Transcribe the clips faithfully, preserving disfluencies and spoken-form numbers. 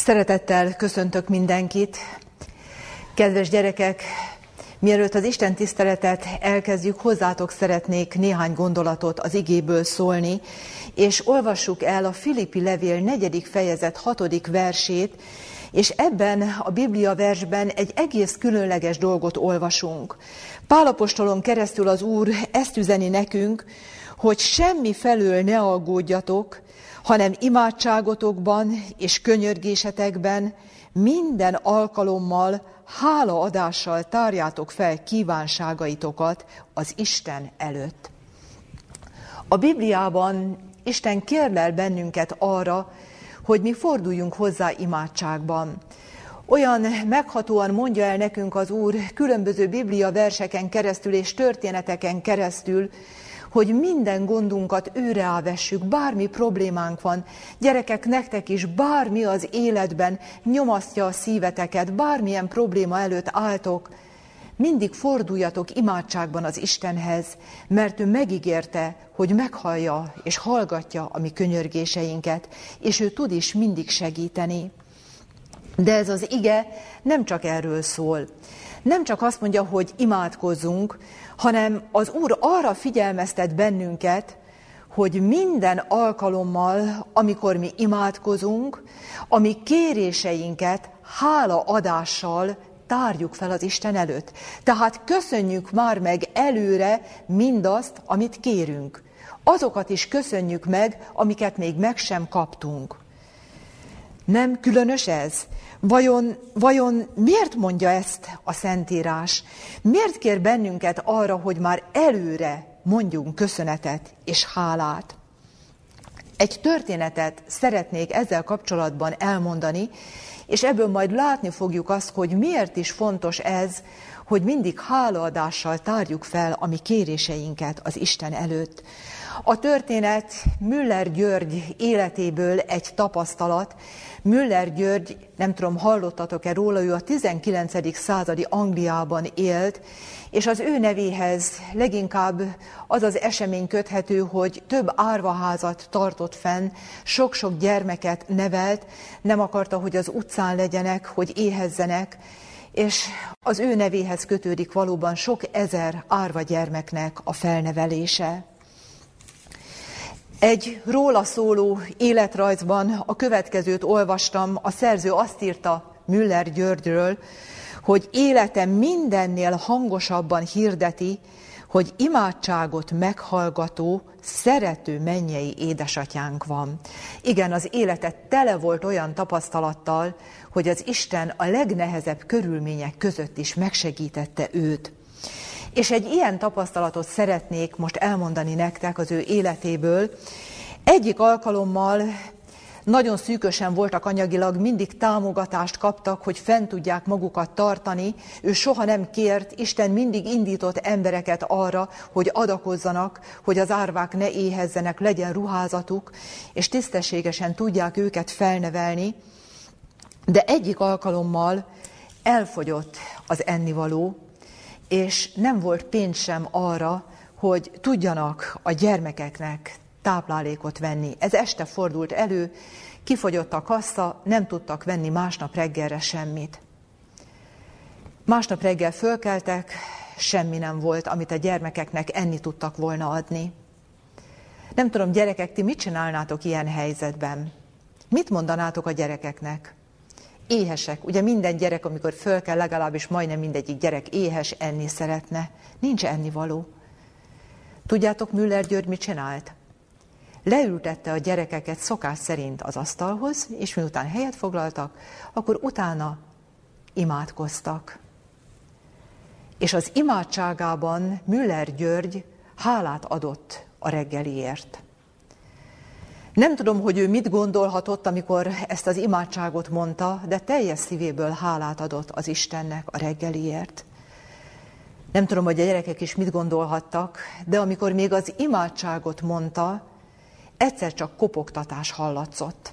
Szeretettel köszöntök mindenkit. Kedves gyerekek, mielőtt az Isten tiszteletet elkezdjük, hozzátok szeretnék néhány gondolatot az igéből szólni, és olvassuk el a Filippi levél negyedik fejezet hatodik versét, és ebben a Biblia versben egy egész különleges dolgot olvasunk. Pál apostolon keresztül az Úr ezt üzeni nekünk, hogy semmi felől ne aggódjatok, hanem imádságotokban és könyörgésetekben minden alkalommal hálaadással tárjátok fel kívánságaitokat az Isten előtt. A Bibliában Isten kérlel bennünket arra, hogy mi forduljunk hozzá imádságban. Olyan meghatóan mondja el nekünk az Úr különböző Biblia verseken keresztül és történeteken keresztül, hogy minden gondunkat őre ávessük, bármi problémánk van. Gyerekek, nektek is bármi az életben nyomasztja a szíveteket, bármilyen probléma előtt álltok, mindig forduljatok imádságban az Istenhez, mert ő megígérte, hogy meghallja és hallgatja a mi könyörgéseinket, és ő tud is mindig segíteni. De ez az ige nem csak erről szól. Nem csak azt mondja, hogy imádkozzunk, hanem az Úr arra figyelmeztet bennünket, hogy minden alkalommal, amikor mi imádkozunk, a mi kéréseinket hálaadással tárjuk fel az Isten előtt. Tehát köszönjük már meg előre mindazt, amit kérünk. Azokat is köszönjük meg, amiket még meg sem kaptunk. Nem különös ez? Vajon, vajon miért mondja ezt a Szentírás? Miért kér bennünket arra, hogy már előre mondjunk köszönetet és hálát? Egy történetet szeretnék ezzel kapcsolatban elmondani, és ebből majd látni fogjuk azt, hogy miért is fontos ez, hogy mindig hálaadással tárjuk fel a mi kéréseinket az Isten előtt. A történet Müller György életéből egy tapasztalat. Müller György, nem tudom, hallottatok-e róla, ő a tizenkilencedik századi Angliában élt, és az ő nevéhez leginkább az az esemény köthető, hogy több árvaházat tartott fenn, sok-sok gyermeket nevelt, nem akarta, hogy az utcán legyenek, hogy éhezzenek, és az ő nevéhez kötődik valóban sok ezer árva gyermeknek a felnevelése. Egy róla szóló életrajzban a következőt olvastam, a szerző azt írta Müller Györgyről, hogy élete mindennél hangosabban hirdeti, hogy imádságot meghallgató, szerető mennyei édesatyánk van. Igen, az élete tele volt olyan tapasztalattal, hogy az Isten a legnehezebb körülmények között is megsegítette őt. És egy ilyen tapasztalatot szeretnék most elmondani nektek az ő életéből. Egyik alkalommal nagyon szűkösen voltak anyagilag, mindig támogatást kaptak, hogy fent tudják magukat tartani. Ő soha nem kért, Isten mindig indított embereket arra, hogy adakozzanak, hogy az árvák ne éhezzenek, legyen ruházatuk, és tisztességesen tudják őket felnevelni. De egyik alkalommal elfogyott az ennivaló, és nem volt pénz sem arra, hogy tudjanak a gyermekeknek táplálékot venni. Ez este fordult elő, kifogyott a kassa, nem tudtak venni másnap reggelre semmit. Másnap reggel fölkeltek, semmi nem volt, amit a gyermekeknek enni tudtak volna adni. Nem tudom, gyerekek, ti mit csinálnátok ilyen helyzetben? Mit mondanátok a gyerekeknek? Éhesek. Ugye minden gyerek, amikor föl kell, legalábbis majdnem mindegyik gyerek éhes, enni szeretne. Nincs ennivaló. Tudjátok, Müller György mit csinált? Leültette a gyerekeket szokás szerint az asztalhoz, és miután helyet foglaltak, akkor utána imádkoztak. És az imádságában Müller György hálát adott a reggeliért. Nem tudom, hogy ő mit gondolhatott, amikor ezt az imádságot mondta, de teljes szívéből hálát adott az Istennek a reggeliért. Nem tudom, hogy a gyerekek is mit gondolhattak, de amikor még az imádságot mondta, egyszer csak kopogtatás hallatszott.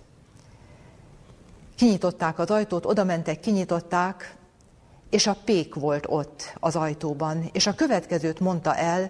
Kinyitották az ajtót, oda mentek, kinyitották, és a pék volt ott az ajtóban. És a következőt mondta el,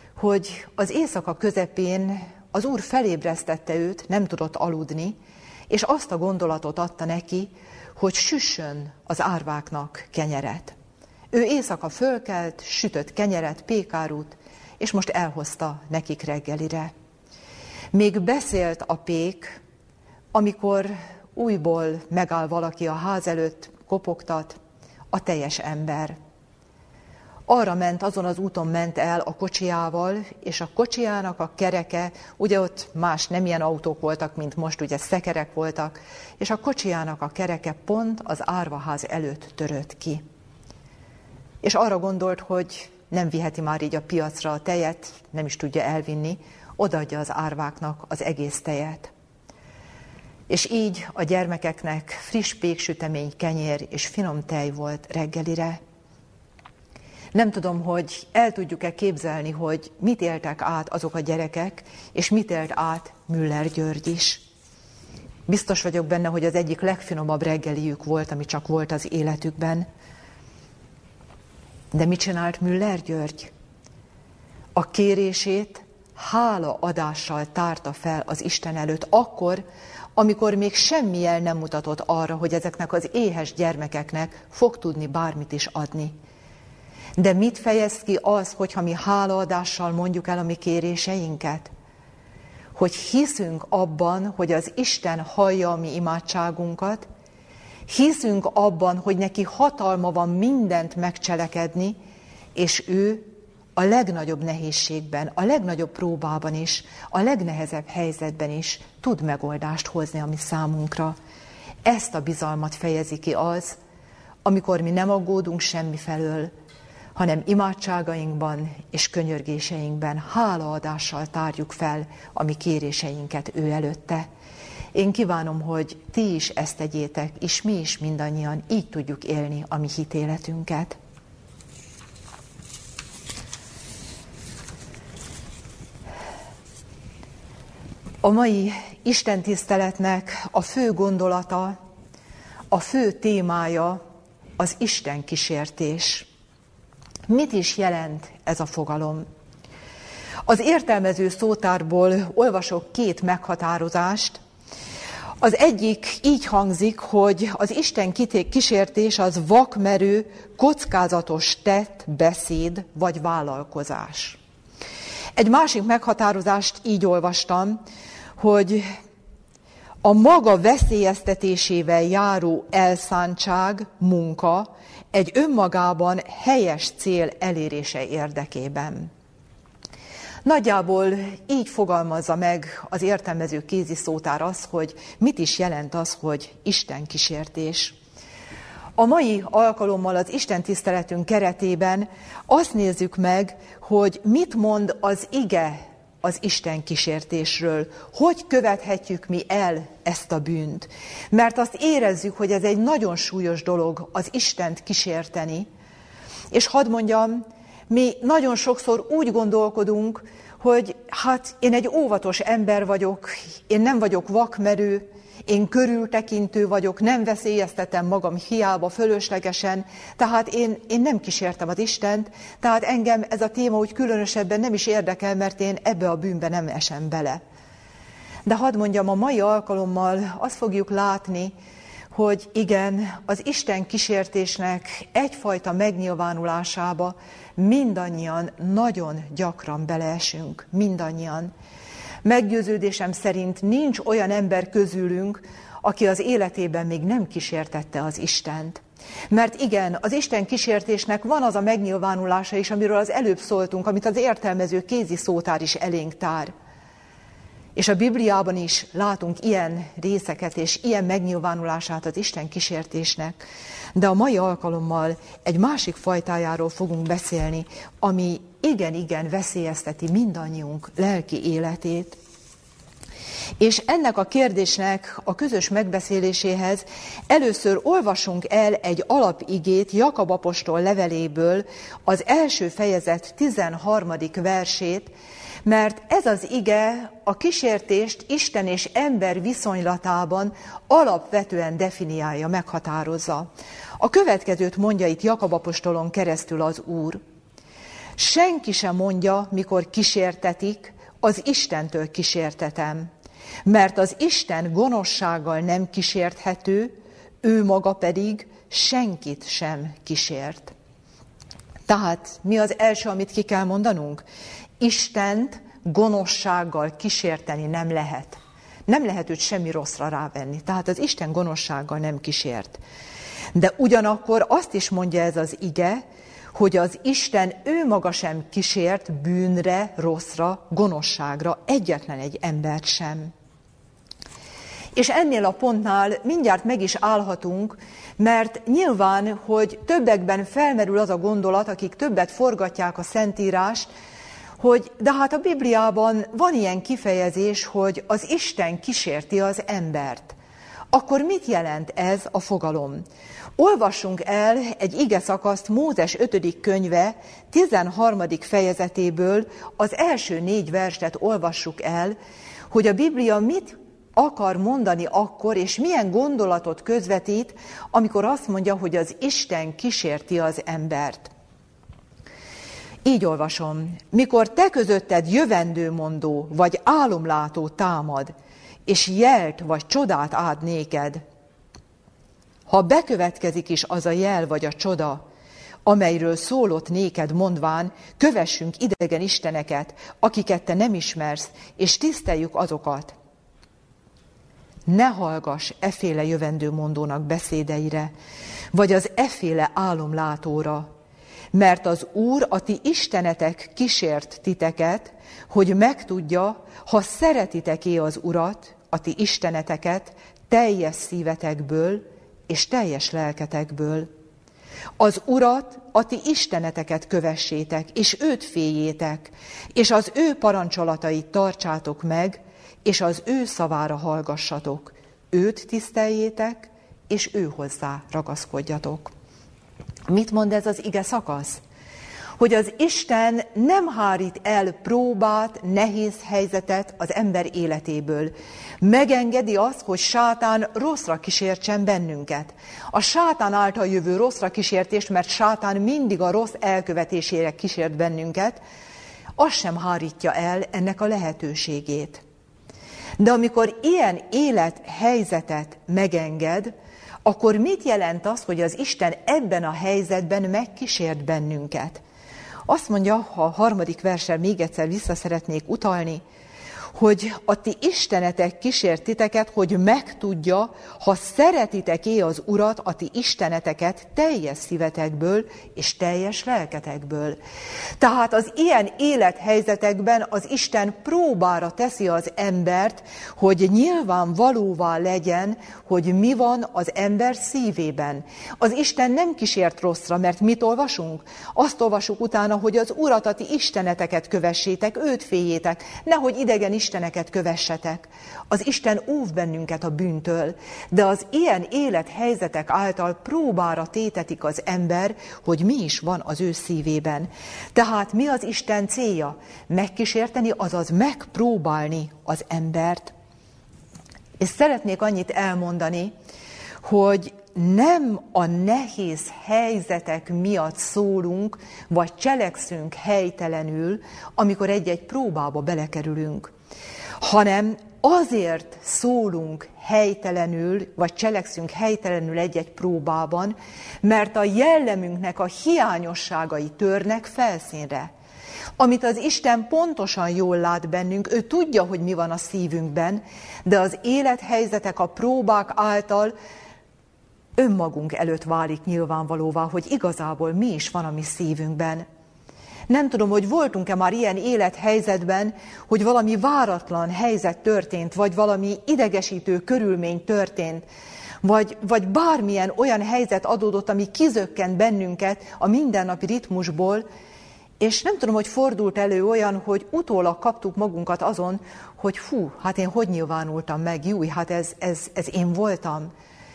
hogy az éjszaka közepén az Úr felébresztette őt, nem tudott aludni, és azt a gondolatot adta neki, hogy süssön az árváknak kenyeret. Ő éjszaka fölkelt, sütött kenyeret, pékárút, és most elhozta nekik reggelire. Még beszélt a pék, amikor újból megáll valaki a ház előtt, kopogtat, a teljes ember. Arra ment, azon az úton ment el a kocsijával, és a kocsijának a kereke, ugye ott más nem ilyen autók voltak, mint most, ugye szekerek voltak, és a kocsijának a kereke pont az árvaház előtt törött ki. És arra gondolt, hogy nem viheti már így a piacra a tejet, nem is tudja elvinni, odaadja az árváknak az egész tejet. És így a gyermekeknek friss péksütemény, kenyér és finom tej volt reggelire. Nem tudom, hogy el tudjuk-e képzelni, hogy mit éltek át azok a gyerekek, és mit élt át Müller György is. Biztos vagyok benne, hogy az egyik legfinomabb reggeliük volt, ami csak volt az életükben. De mit csinált Müller György? A kérését hálaadással tárta fel az Isten előtt, akkor, amikor még semmi jel nem mutatott arra, hogy ezeknek az éhes gyermekeknek fog tudni bármit is adni. De mit fejez ki az, hogyha mi hálaadással mondjuk el a mi kéréseinket? Hogy hiszünk abban, hogy az Isten hallja a mi imádságunkat, hiszünk abban, hogy neki hatalma van mindent megcselekedni, és ő a legnagyobb nehézségben, a legnagyobb próbában is, a legnehezebb helyzetben is tud megoldást hozni a mi számunkra. Ezt a bizalmat fejezi ki az, amikor mi nem aggódunk semmi felől, hanem imádságainkban és könyörgéseinkben hálaadással tárjuk fel a mi kéréseinket ő előtte. Én kívánom, hogy ti is ezt tegyétek, és mi is mindannyian így tudjuk élni a mi hitéletünket. A mai istentiszteletnek a fő gondolata, a fő témája az Isten kísértés. Mit is jelent ez a fogalom? Az értelmező szótárból olvasok két meghatározást. Az egyik így hangzik, hogy az Isten kísértés az vakmerő, kockázatos tett, beszéd vagy vállalkozás. Egy másik meghatározást így olvastam, hogy a maga veszélyeztetésével járó elszántság, munka egy önmagában helyes cél elérése érdekében. Nagyjából így fogalmazza meg az értelmező kézi szótár az, hogy mit is jelent az, hogy Isten kísértés. A mai alkalommal az Isten tiszteletünk keretében azt nézzük meg, hogy mit mond az ige az Isten kísértésről. Hogy követhetjük mi el ezt a bűnt? Mert azt érezzük, hogy ez egy nagyon súlyos dolog az Istent kísérteni. És hadd mondjam, mi nagyon sokszor úgy gondolkodunk, hogy hát én egy óvatos ember vagyok, én nem vagyok vakmerő, én körültekintő vagyok, nem veszélyeztetem magam hiába, fölöslegesen, tehát én, én nem kísértem az Istent, tehát engem ez a téma úgy különösebben nem is érdekel, mert én ebbe a bűnbe nem esem bele. De hadd mondjam, a mai alkalommal azt fogjuk látni, hogy igen, az Isten kísértésnek egyfajta megnyilvánulásába mindannyian nagyon gyakran beleesünk, mindannyian. Meggyőződésem szerint nincs olyan ember közülünk, aki az életében még nem kísértette az Istent. Mert igen, az Isten kísértésnek van az a megnyilvánulása is, amiről az előbb szóltunk, amit az értelmező kézi szótár is elénk tár. És a Bibliában is látunk ilyen részeket és ilyen megnyilvánulását az Isten kísértésnek. De a mai alkalommal egy másik fajtájáról fogunk beszélni, ami igen-igen veszélyezteti mindannyiunk lelki életét. És ennek a kérdésnek a közös megbeszéléséhez először olvasunk el egy alapigét Jakab apostol leveléből, az első fejezet tizenharmadik versét, mert ez az ige a kísértést Isten és ember viszonylatában alapvetően definiálja, meghatározza. A következőt mondja itt Jakab apostolon keresztül az Úr. Senki sem mondja, mikor kísértetik, az Istentől kísértetem. mert az Isten gonoszsággal nem kísérthető, ő maga pedig senkit sem kísért. Tehát mi az első, amit ki kell mondanunk? Istent gonoszsággal kísérteni nem lehet. Nem lehet őt semmi rosszra rávenni. Tehát az Isten gonoszsággal nem kísért. De ugyanakkor azt is mondja ez az ige, hogy az Isten ő maga sem kísért bűnre, rosszra, gonoszságra, egyetlen egy embert sem. És ennél a pontnál mindjárt meg is állhatunk, mert nyilván, hogy többekben felmerül az a gondolat, akik többet forgatják a Szentírást, hogy de hát a Bibliában van ilyen kifejezés, hogy az Isten kísérti az embert. Akkor mit jelent ez a fogalom? Olvassunk el egy igeszakaszt Mózes ötödik könyve tizenharmadik fejezetéből, az első négy verset olvassuk el, hogy a Biblia mit akar mondani akkor, és milyen gondolatot közvetít, amikor azt mondja, hogy az Isten kísérti az embert. Így olvasom, mikor te közötted jövendőmondó vagy álomlátó támad, és jelt vagy csodát ad néked, ha bekövetkezik is az a jel vagy a csoda, amelyről szólott néked mondván, kövessünk idegen isteneket, akiket te nem ismersz, és tiszteljük azokat. Ne hallgass efféle jövendőmondónak beszédeire, vagy az efféle álomlátóra, mert az Úr, a ti istenetek kísért titeket, hogy megtudja, ha szeretitek-é az Urat, a ti isteneteket teljes szívetekből és teljes lelketekből. Az Urat, a ti isteneteket kövessétek, és őt féljétek, és az ő parancsolatait tartsátok meg, és az ő szavára hallgassatok. Őt tiszteljétek, és ő hozzá ragaszkodjatok. Mit mond ez az ige szakasz? Hogy az Isten nem hárít el próbát, nehéz helyzetet az ember életéből. Megengedi azt, hogy sátán rosszra kísértsen bennünket. A sátán által jövő rosszra kísértést, mert sátán mindig a rossz elkövetésére kísért bennünket, az sem hárítja el ennek a lehetőségét. De amikor ilyen élethelyzetet megenged, akkor mit jelent az, hogy az Isten ebben a helyzetben megkísért bennünket? Azt mondja, ha a harmadik versen még egyszer vissza szeretnék utalni, hogy a ti istenetek kísért titeket, hogy megtudja, ha szeretitek-é az Urat, a ti isteneteket teljes szívetekből és teljes lelketekből. Tehát az ilyen élethelyzetekben az Isten próbára teszi az embert, hogy nyilvánvalóvá legyen, hogy mi van az ember szívében. Az Isten nem kísért rosszra, mert mit olvasunk? Azt olvasjuk utána, hogy az Urat, a ti isteneteket kövessétek, őt féljétek, nehogy idegen isteneket kövessetek. Az Isten óv bennünket a bűntől, de az ilyen élethelyzetek által próbára tétetik az ember, hogy mi is van az ő szívében. Tehát mi az Isten célja? Megkísérteni, azaz megpróbálni az embert. És szeretnék annyit elmondani, hogy nem a nehéz helyzetek miatt szólunk, vagy cselekszünk helytelenül, amikor egy-egy próbába belekerülünk, hanem azért szólunk helytelenül, vagy cselekszünk helytelenül egy-egy próbában, mert a jellemünknek a hiányosságai törnek felszínre. Amit az Isten pontosan jól lát bennünk, ő tudja, hogy mi van a szívünkben, de az élethelyzetek, a próbák által önmagunk előtt válik nyilvánvalóvá, hogy igazából mi is van a mi szívünkben. Nem tudom, hogy voltunk-e már ilyen élethelyzetben, hogy valami váratlan helyzet történt, vagy valami idegesítő körülmény történt, vagy, vagy bármilyen olyan helyzet adódott, ami kizökkent bennünket a mindennapi ritmusból, és nem tudom, hogy fordult elő olyan, hogy utólag kaptuk magunkat azon, hogy fú, hát én hogy nyilvánultam meg, júj, hát ez, ez, ez én voltam.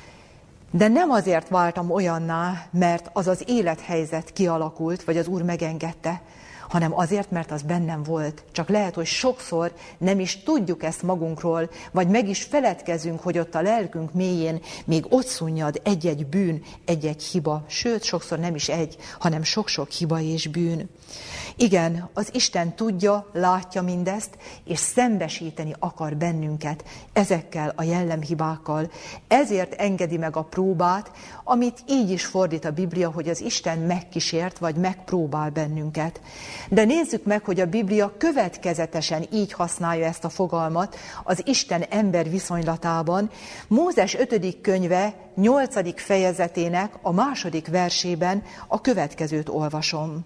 De nem azért váltam olyanná, mert az az élethelyzet kialakult, vagy az Úr megengedte, hanem azért, mert az bennem volt. Csak lehet, hogy sokszor nem is tudjuk ezt magunkról, vagy meg is feledkezünk, hogy ott a lelkünk mélyén még ott szunnyad egy-egy bűn, egy-egy hiba. Sőt, sokszor nem is egy, hanem sok-sok hiba és bűn. Igen, az Isten tudja, látja mindezt, és szembesíteni akar bennünket ezekkel a jellemhibákkal. Ezért engedi meg a próbát, amit így is fordít a Biblia, hogy az Isten megkísért, vagy megpróbál bennünket. De nézzük meg, hogy a Biblia következetesen így használja ezt a fogalmat az Isten-ember viszonylatában. Mózes ötödik könyve nyolcadik fejezetének a második versében a következőt olvasom.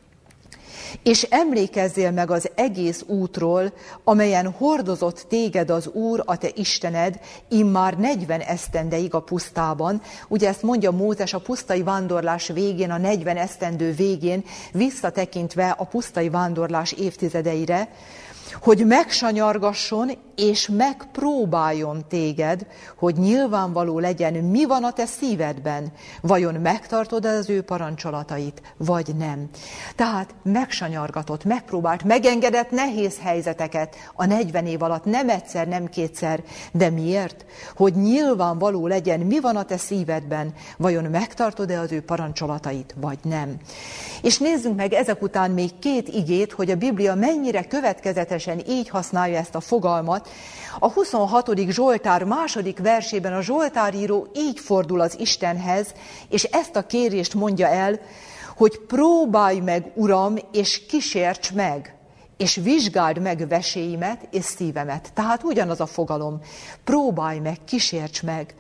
És emlékezzél meg az egész útról, amelyen hordozott téged az Úr, a te Istened, immár negyven esztendeig a pusztában. Ugye ezt mondja Mózes a pusztai vándorlás végén, a negyven esztendő végén, visszatekintve a pusztai vándorlás évtizedeire, hogy megsanyargasson és megpróbáljon téged, hogy nyilvánvaló legyen, mi van a te szívedben, vajon megtartod az ő parancsolatait, vagy nem. Tehát megsanyargatott, megpróbált, megengedett nehéz helyzeteket a negyven év alatt, nem egyszer, nem kétszer, de miért? Hogy nyilvánvaló legyen, mi van a te szívedben, vajon megtartod-e az ő parancsolatait, vagy nem. És nézzünk meg ezek után még két igét, hogy a Biblia mennyire következetesen így használja ezt a fogalmat. A huszonhatodik Zsoltár második versében a zsoltáríró így fordul az Istenhez, és ezt a kérést mondja el, hogy próbálj meg, Uram, és kísérts meg, és vizsgáld meg veséimet és szívemet. Tehát ugyanaz a fogalom, próbálj meg, kísérts meg.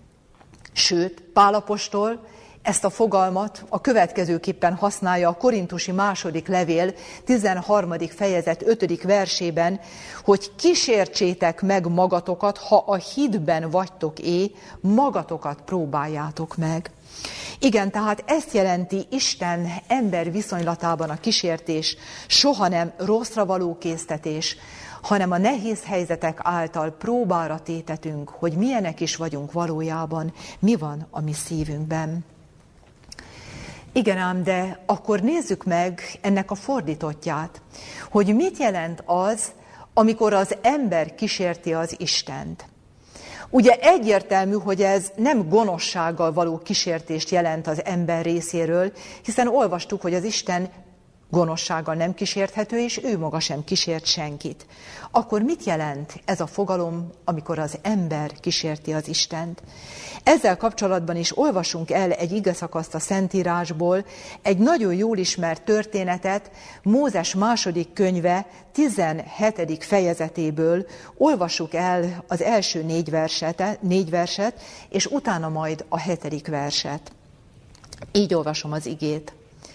Sőt, Pál apostol ezt a fogalmat a következőképpen használja a korintusi második levél tizenharmadik fejezet ötödik versében, hogy kísértsétek meg magatokat, ha a hitben vagytok é, magatokat próbáljátok meg. Igen, tehát ezt jelenti Isten ember viszonylatában a kísértés, soha nem rosszra való késztetés, hanem a nehéz helyzetek által próbára tétetünk, hogy milyenek is vagyunk valójában, mi van a mi szívünkben. Igen ám, de akkor nézzük meg ennek a fordítottját, hogy mit jelent az, amikor az ember kísérti az Istent. Ugye egyértelmű, hogy ez nem gonoszsággal való kísértést jelent az ember részéről, hiszen olvastuk, hogy az Isten gonoszsággal nem kísérthető, és ő maga sem kísért senkit. Akkor mit jelent ez a fogalom, amikor az ember kísérti az Istent? Ezzel kapcsolatban is olvasunk el egy igeszakaszt a Szentírásból, egy nagyon jól ismert történetet, Mózes második könyve tizenhetedik fejezetéből. Olvassuk el az első négy verset, négy verset, és utána majd a hetedik verset. Így olvasom az igét.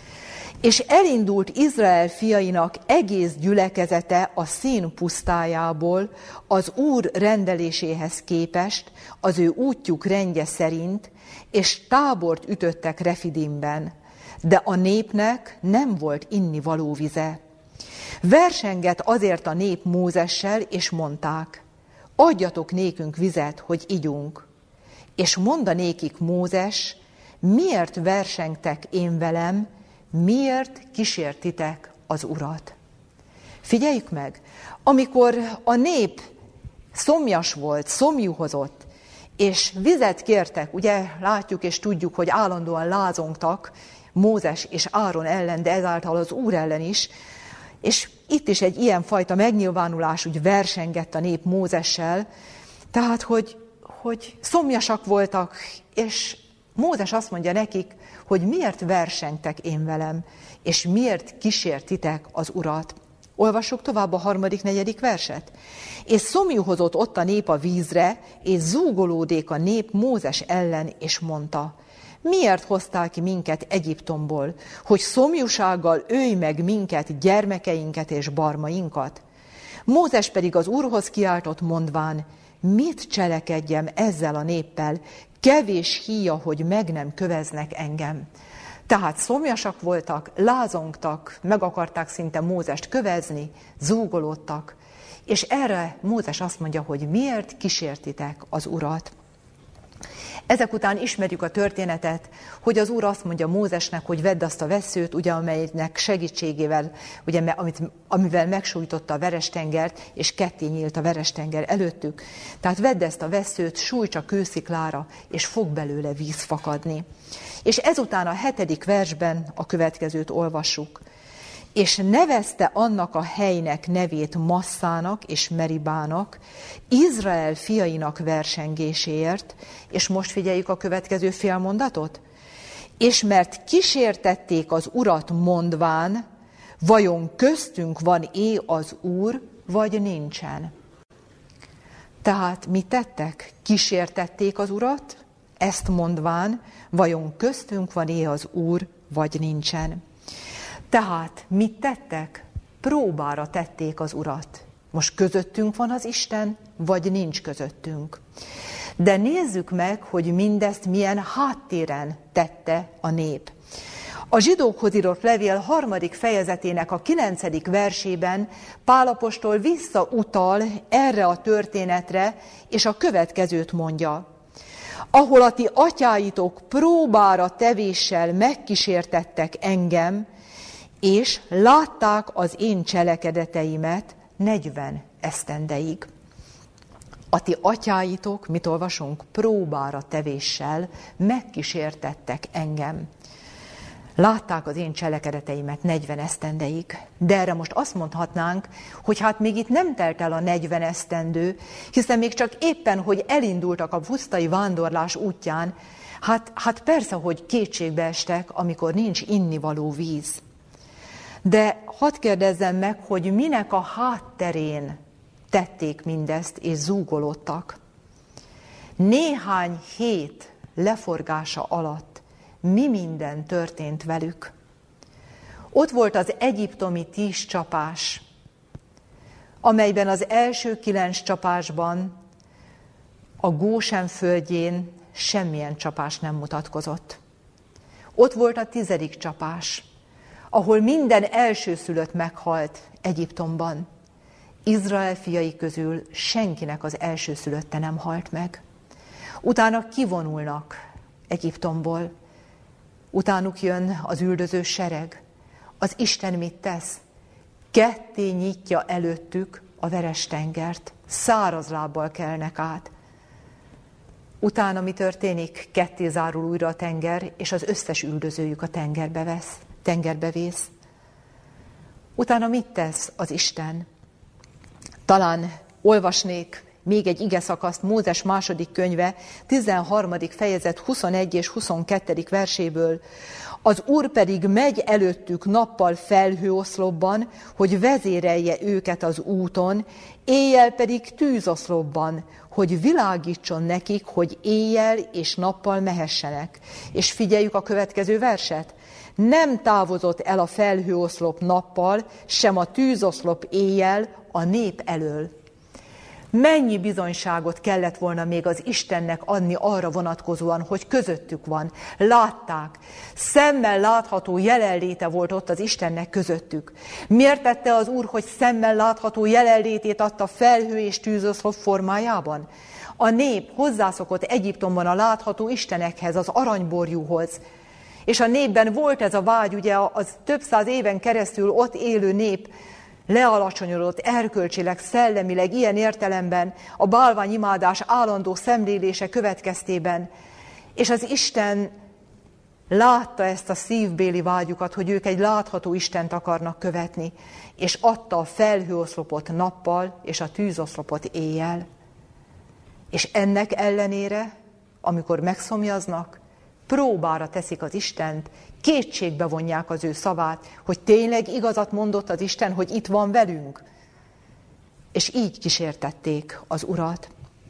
És elindult Izrael fiainak egész gyülekezete a Szín pusztájából az Úr rendeléséhez képest, az ő útjuk rendje szerint, és tábort ütöttek Refidimben, de a népnek nem volt innivaló vize. Versengett azért a nép Mózessel, és mondták, adjatok nékünk vizet, hogy igyunk. És mondanékik Mózes, miért versengtek én velem, miért kísértitek az Urat? Figyeljük meg, amikor a nép szomjas volt, szomjúhozott, és vizet kértek, ugye látjuk és tudjuk, hogy állandóan lázongtak Mózes és Áron ellen, de ezáltal az Úr ellen is, és itt is egy ilyenfajta megnyilvánulás, úgy versengett a nép Mózessel, tehát, hogy, hogy szomjasak voltak, és Mózes azt mondja nekik, hogy miért versengtek én velem, és miért kísértitek az Urat. Olvassuk tovább a harmadik, negyedik verset. És szomjúhozott ott a nép a vízre, és zúgolódék a nép Mózes ellen, és mondta, miért hoztál ki minket Egyiptomból, hogy szomjúsággal ölj meg minket, gyermekeinket és barmainkat? Mózes pedig az Úrhoz kiáltott mondván, mit cselekedjem ezzel a néppel, kevés híja, hogy meg nem köveznek engem. Tehát szomjasak voltak, lázongtak, meg akarták szinte Mózest kövezni, zúgolódtak, és erre Mózes azt mondja, hogy miért kísértitek az Urat. Ezek után ismerjük a történetet, hogy az Úr azt mondja Mózesnek, hogy vedd azt a vesszőt, ugye, amelynek segítségével, ugye, amit, amivel megsújtotta a verestengert, és ketté nyílt a verestenger előttük. Tehát vedd ezt a vesszőt, sújts a kősziklára, és fog belőle víz fakadni. És ezután a hetedik versben a következőt olvassuk. és nevezte annak a helynek nevét Masszának és Meribának, Izrael fiainak versengéséért, és most figyeljük a következő félmondatot, és mert kísértették az Urat mondván, vajon köztünk van-e az Úr, vagy nincsen? Tehát mit tettek? Kísértették az Urat, ezt mondván, vajon köztünk van-e az Úr, vagy nincsen? Tehát mit tettek? Próbára tették az Urat. Most közöttünk van az Isten, vagy nincs közöttünk? De nézzük meg, hogy mindezt milyen háttéren tette a nép. A zsidókhoz írott levél harmadik fejezetének a kilencedik versében Pál apostol visszautal erre a történetre, és a következőt mondja. Ahol a ti atyáitok próbára tevéssel megkísértettek engem, és látták az én cselekedeteimet negyven esztendeig. A ti atyáitok, mit olvasunk? Próbára tevéssel megkísértettek engem. Látták az én cselekedeteimet negyven esztendeig. De erre most azt mondhatnánk, hogy hát még itt nem telt el a negyven esztendő, hiszen még csak éppen, hogy elindultak a pusztai vándorlás útján, hát, hát persze, hogy kétségbe estek, amikor nincs innivaló víz. De hadd kérdezzem meg, hogy minek a hátterén tették mindezt, és zúgolódtak. Néhány hét leforgása alatt mi minden történt velük? Ott volt az egyiptomi tíz csapás, amelyben az első kilenc csapásban a Gósen földjén semmilyen csapás nem mutatkozott. Ott volt a tizedik csapás, ahol minden elsőszülött meghalt Egyiptomban. Izrael fiai közül senkinek az elsőszülötte nem halt meg. Utána kivonulnak Egyiptomból. Utánuk jön az üldöző sereg. Az Isten mit tesz? Ketté nyitja előttük a veres tengert. Száraz lábbal kelnek át. Utána mi történik? Ketté zárul újra a tenger, és az összes üldözőjük a tengerbe vesz, tengerbe vész. Utána mit tesz az Isten? Talán olvasnék még egy igeszakaszt Mózes második könyve, tizenharmadik fejezet huszonegy és huszonkettő verséből. Az Úr pedig megy előttük nappal felhőoszlopban, hogy vezérelje őket az úton, éjjel pedig tűzoszlopban, hogy világítson nekik, hogy éjjel és nappal mehessenek. És figyeljük a következő verset. Nem távozott el a felhőoszlop nappal, sem a tűzoszlop éjjel a nép elől. Mennyi bizonyságot kellett volna még az Istennek adni arra vonatkozóan, hogy közöttük van. Látták, szemmel látható jelenléte volt ott az Istennek közöttük. Miért tette az Úr, hogy szemmel látható jelenlétét adta felhő és tűzoszlop formájában? A nép hozzászokott Egyiptomban a látható istenekhez, az aranyborjúhoz. És a népben volt ez a vágy, ugye az több száz éven keresztül ott élő nép, lealacsonyodott erkölcsileg, szellemileg, ilyen értelemben a bálványimádás állandó szemlélése következtében. És az Isten látta ezt a szívbéli vágyukat, hogy ők egy látható Istent akarnak követni, és adta a felhőoszlopot nappal, és a tűzoszlopot éjjel. És ennek ellenére, amikor megszomjaznak, próbára teszik az Istent, kétségbe vonják az ő szavát, hogy tényleg igazat mondott az Isten, hogy itt van velünk. És így kísértették az Urat.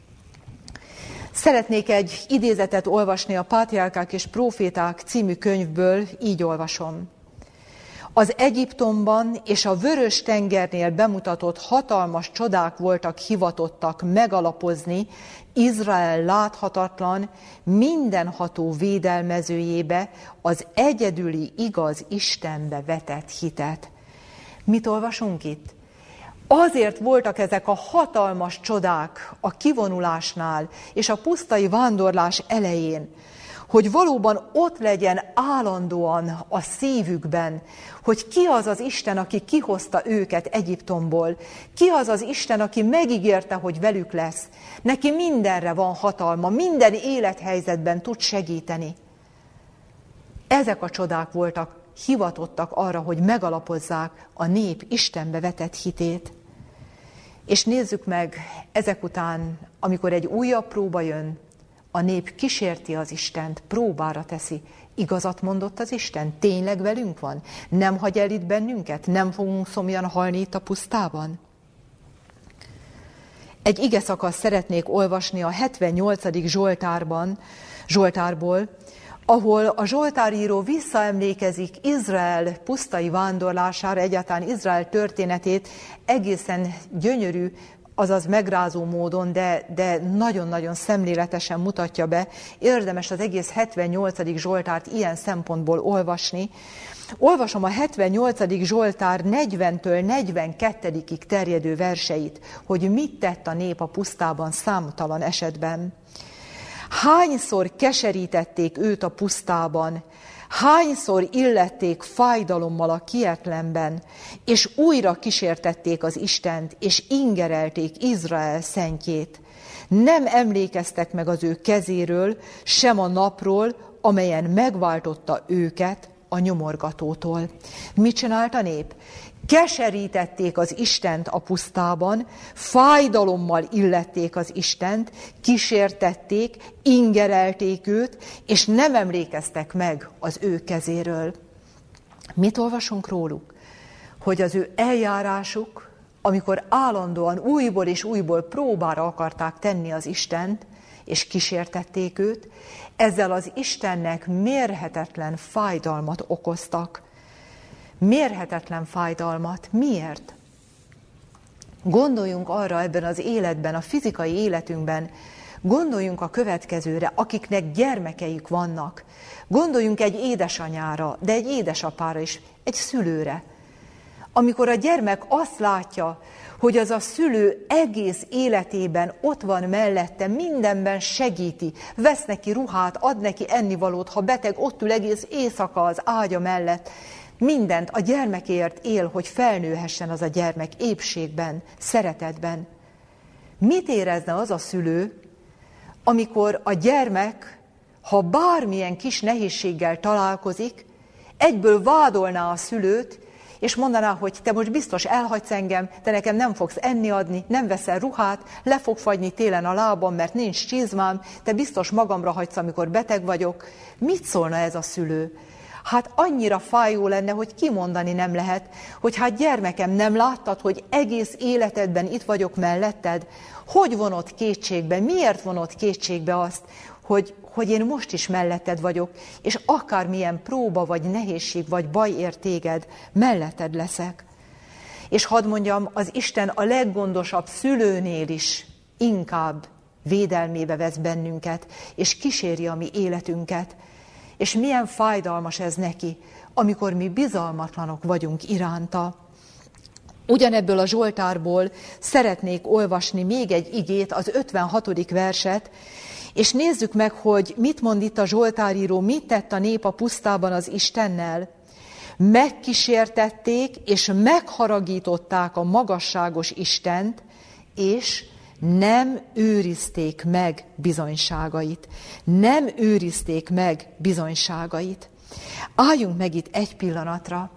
Szeretnék egy idézetet olvasni a Pátriárkák és Próféták című könyvből, így olvasom. Az Egyiptomban és a Vörös-tengernél bemutatott hatalmas csodák voltak hivatottak megalapozni Izrael láthatatlan, mindenható védelmezőjébe, az egyedüli igaz Istenbe vetett hitet. Mit olvasunk itt? Azért voltak ezek a hatalmas csodák a kivonulásnál és a pusztai vándorlás elején, hogy valóban ott legyen állandóan a szívükben, hogy ki az az Isten, aki kihozta őket Egyiptomból, ki az az Isten, aki megígérte, hogy velük lesz. Neki mindenre van hatalma, minden élethelyzetben tud segíteni. Ezek a csodák voltak hivatottak arra, hogy megalapozzák a nép Istenbe vetett hitét. És nézzük meg ezek után, amikor egy újabb próba jön, a nép kísérti az Istent, próbára teszi. Igazat mondott az Isten? Tényleg velünk van? Nem hagy el itt bennünket? Nem fogunk szomjan halni itt a pusztában? Egy ige szakaszt szeretnék olvasni a hetvennyolcadik Zsoltárban, Zsoltárból, ahol a zsoltáríró visszaemlékezik Izrael pusztai vándorlására, egyáltalán Izrael történetét egészen gyönyörű, azaz megrázó módon, de, de nagyon-nagyon szemléletesen mutatja be. Érdemes az egész hetvennyolcadik Zsoltárt ilyen szempontból olvasni. Olvasom a hetvennyolcadik Zsoltár negyventől negyvenkettőig terjedő verseit, hogy mit tett a nép a pusztában számtalan esetben. Hányszor keserítették őt a pusztában, hányszor illették fájdalommal a kietlenben, és újra kísértették az Istent, és ingerelték Izrael szentjét. Nem emlékeztek meg az ő kezéről, sem a napról, amelyen megváltotta őket a nyomorgatótól. Mit csinált a nép? Keserítették az Istent a pusztában, fájdalommal illették az Istent, kísértették, ingerelték őt, és nem emlékeztek meg az ő kezéről. Mit olvasunk róluk? Hogy az ő eljárásuk, amikor állandóan újból és újból próbára akarták tenni az Istent, és kísértették őt, ezzel az Istennek mérhetetlen fájdalmat okoztak. Mérhetetlen fájdalmat. Miért? Gondoljunk arra ebben az életben, a fizikai életünkben, gondoljunk a következőre, akiknek gyermekeik vannak. Gondoljunk egy édesanyára, de egy édesapára is, egy szülőre. Amikor a gyermek azt látja, hogy az a szülő egész életében ott van mellette, mindenben segíti, vesz neki ruhát, ad neki ennivalót, ha beteg, ott ül egész éjszaka az ágya mellett, mindent a gyermekért él, hogy felnőhessen az a gyermek épségben, szeretetben. Mit érezne az a szülő, amikor a gyermek, ha bármilyen kis nehézséggel találkozik, egyből vádolná a szülőt, és mondaná, hogy te most biztos elhagysz engem, te nekem nem fogsz enni adni, nem veszel ruhát, le fog fagyni télen a lábam, mert nincs csizmám, te biztos magamra hagysz, amikor beteg vagyok. Mit szólna ez a szülő? Hát annyira fájó lenne, hogy kimondani nem lehet, hogy hát gyermekem, nem láttad, hogy egész életedben itt vagyok melletted? Hogy vonod kétségbe, miért vonod kétségbe azt, hogy, hogy én most is melletted vagyok, és akármilyen próba, vagy nehézség, vagy baj ér téged, melletted leszek. És hadd mondjam, az Isten a leggondosabb szülőnél is inkább védelmébe vesz bennünket, és kíséri a mi életünket. És milyen fájdalmas ez neki, amikor mi bizalmatlanok vagyunk iránta. Ugyanebből a Zsoltárból szeretnék olvasni még egy igét, az ötvenhatodik verset, és nézzük meg, hogy mit mond itt a zsoltáríró, mit tett a nép a pusztában az Istennel. Megkísértették és megharagították a magasságos Istent, és nem őrizték meg bizonyságait. Nem őrizték meg bizonyságait. Álljunk meg itt egy pillanatra.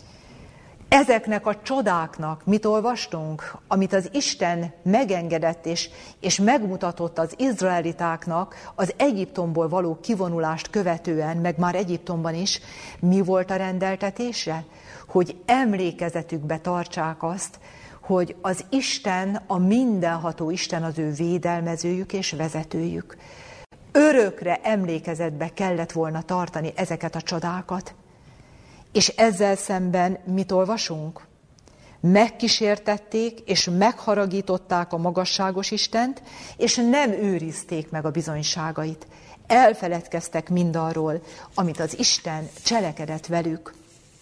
Ezeknek a csodáknak mit olvastunk, amit az Isten megengedett és, és megmutatott az izraelitáknak az Egyiptomból való kivonulást követően, meg már Egyiptomban is, mi volt a rendeltetése? Hogy emlékezetükbe tartsák azt, hogy az Isten, a mindenható Isten az ő védelmezőjük és vezetőjük. Örökre emlékezetbe kellett volna tartani ezeket a csodákat. És ezzel szemben mit olvasunk? Megkísértették és megharagították a magasságos Istent, és nem őrizték meg a bizonyságait. Elfeledkeztek mindarról, amit az Isten cselekedett velük.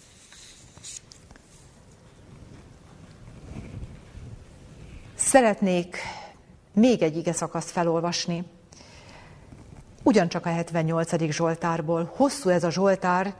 Szeretnék még egy igeszakaszt felolvasni, ugyancsak a hetvennyolcadik Zsoltárból. Hosszú ez a Zsoltár,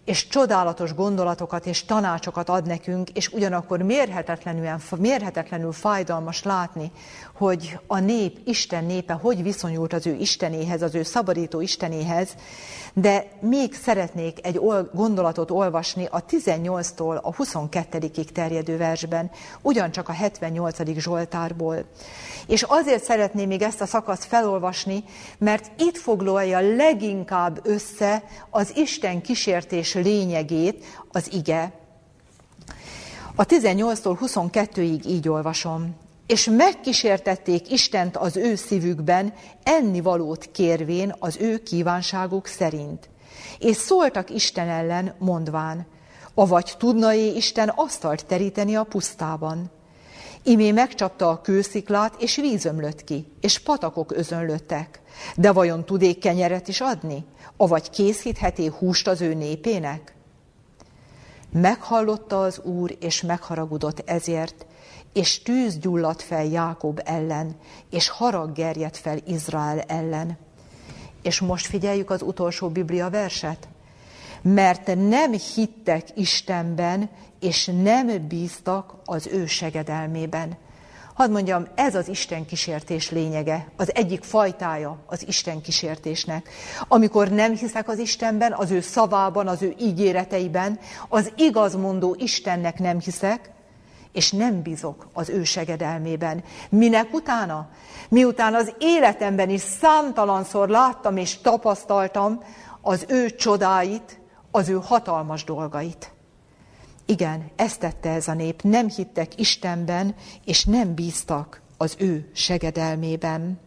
és csodálatos gondolatokat és tanácsokat ad nekünk, és ugyanakkor mérhetetlenül, mérhetetlenül fájdalmas látni, hogy a nép, Isten népe hogy viszonyult az ő Istenéhez, az ő szabadító Istenéhez, de még szeretnék egy gondolatot olvasni a tizennyolctól a huszonkettedikig terjedő versben, ugyancsak a hetvennyolcadik Zsoltárból. És azért szeretném még ezt a szakaszt felolvasni, mert itt foglalja leginkább össze az Isten kísértés lényegét az ige. A tizennyolctól huszonkettőig így olvasom. És megkísértették Istent az ő szívükben, ennivalót kérvén az ő kívánságuk szerint. És szóltak Isten ellen, mondván, avagy tudna-é Isten asztalt teríteni a pusztában? Imé megcsapta a kősziklát, és víz ömlött ki, és patakok özönlöttek. De vajon tud-é kenyeret is adni? Avagy készítheti húst az ő népének? Meghallotta az Úr, és megharagudott ezért, és tűz gyulladt fel Jákob ellen, és harag gerjedt fel Izrael ellen. És most figyeljük az utolsó Biblia verset. Mert nem hittek Istenben, és nem bíztak az ő segedelmében. Hadd mondjam, ez az Isten kísértés lényege, az egyik fajtája az Isten kísértésnek. Amikor nem hiszek az Istenben, az ő szavában, az ő ígéreteiben, az igazmondó Istennek nem hiszek, és nem bízok az ő segedelmében. Minek utána? Miután az életemben is számtalanszor láttam és tapasztaltam az ő csodáit, az ő hatalmas dolgait. Igen, ezt tette ez a nép, nem hittek Istenben, és nem bíztak az ő segedelmében.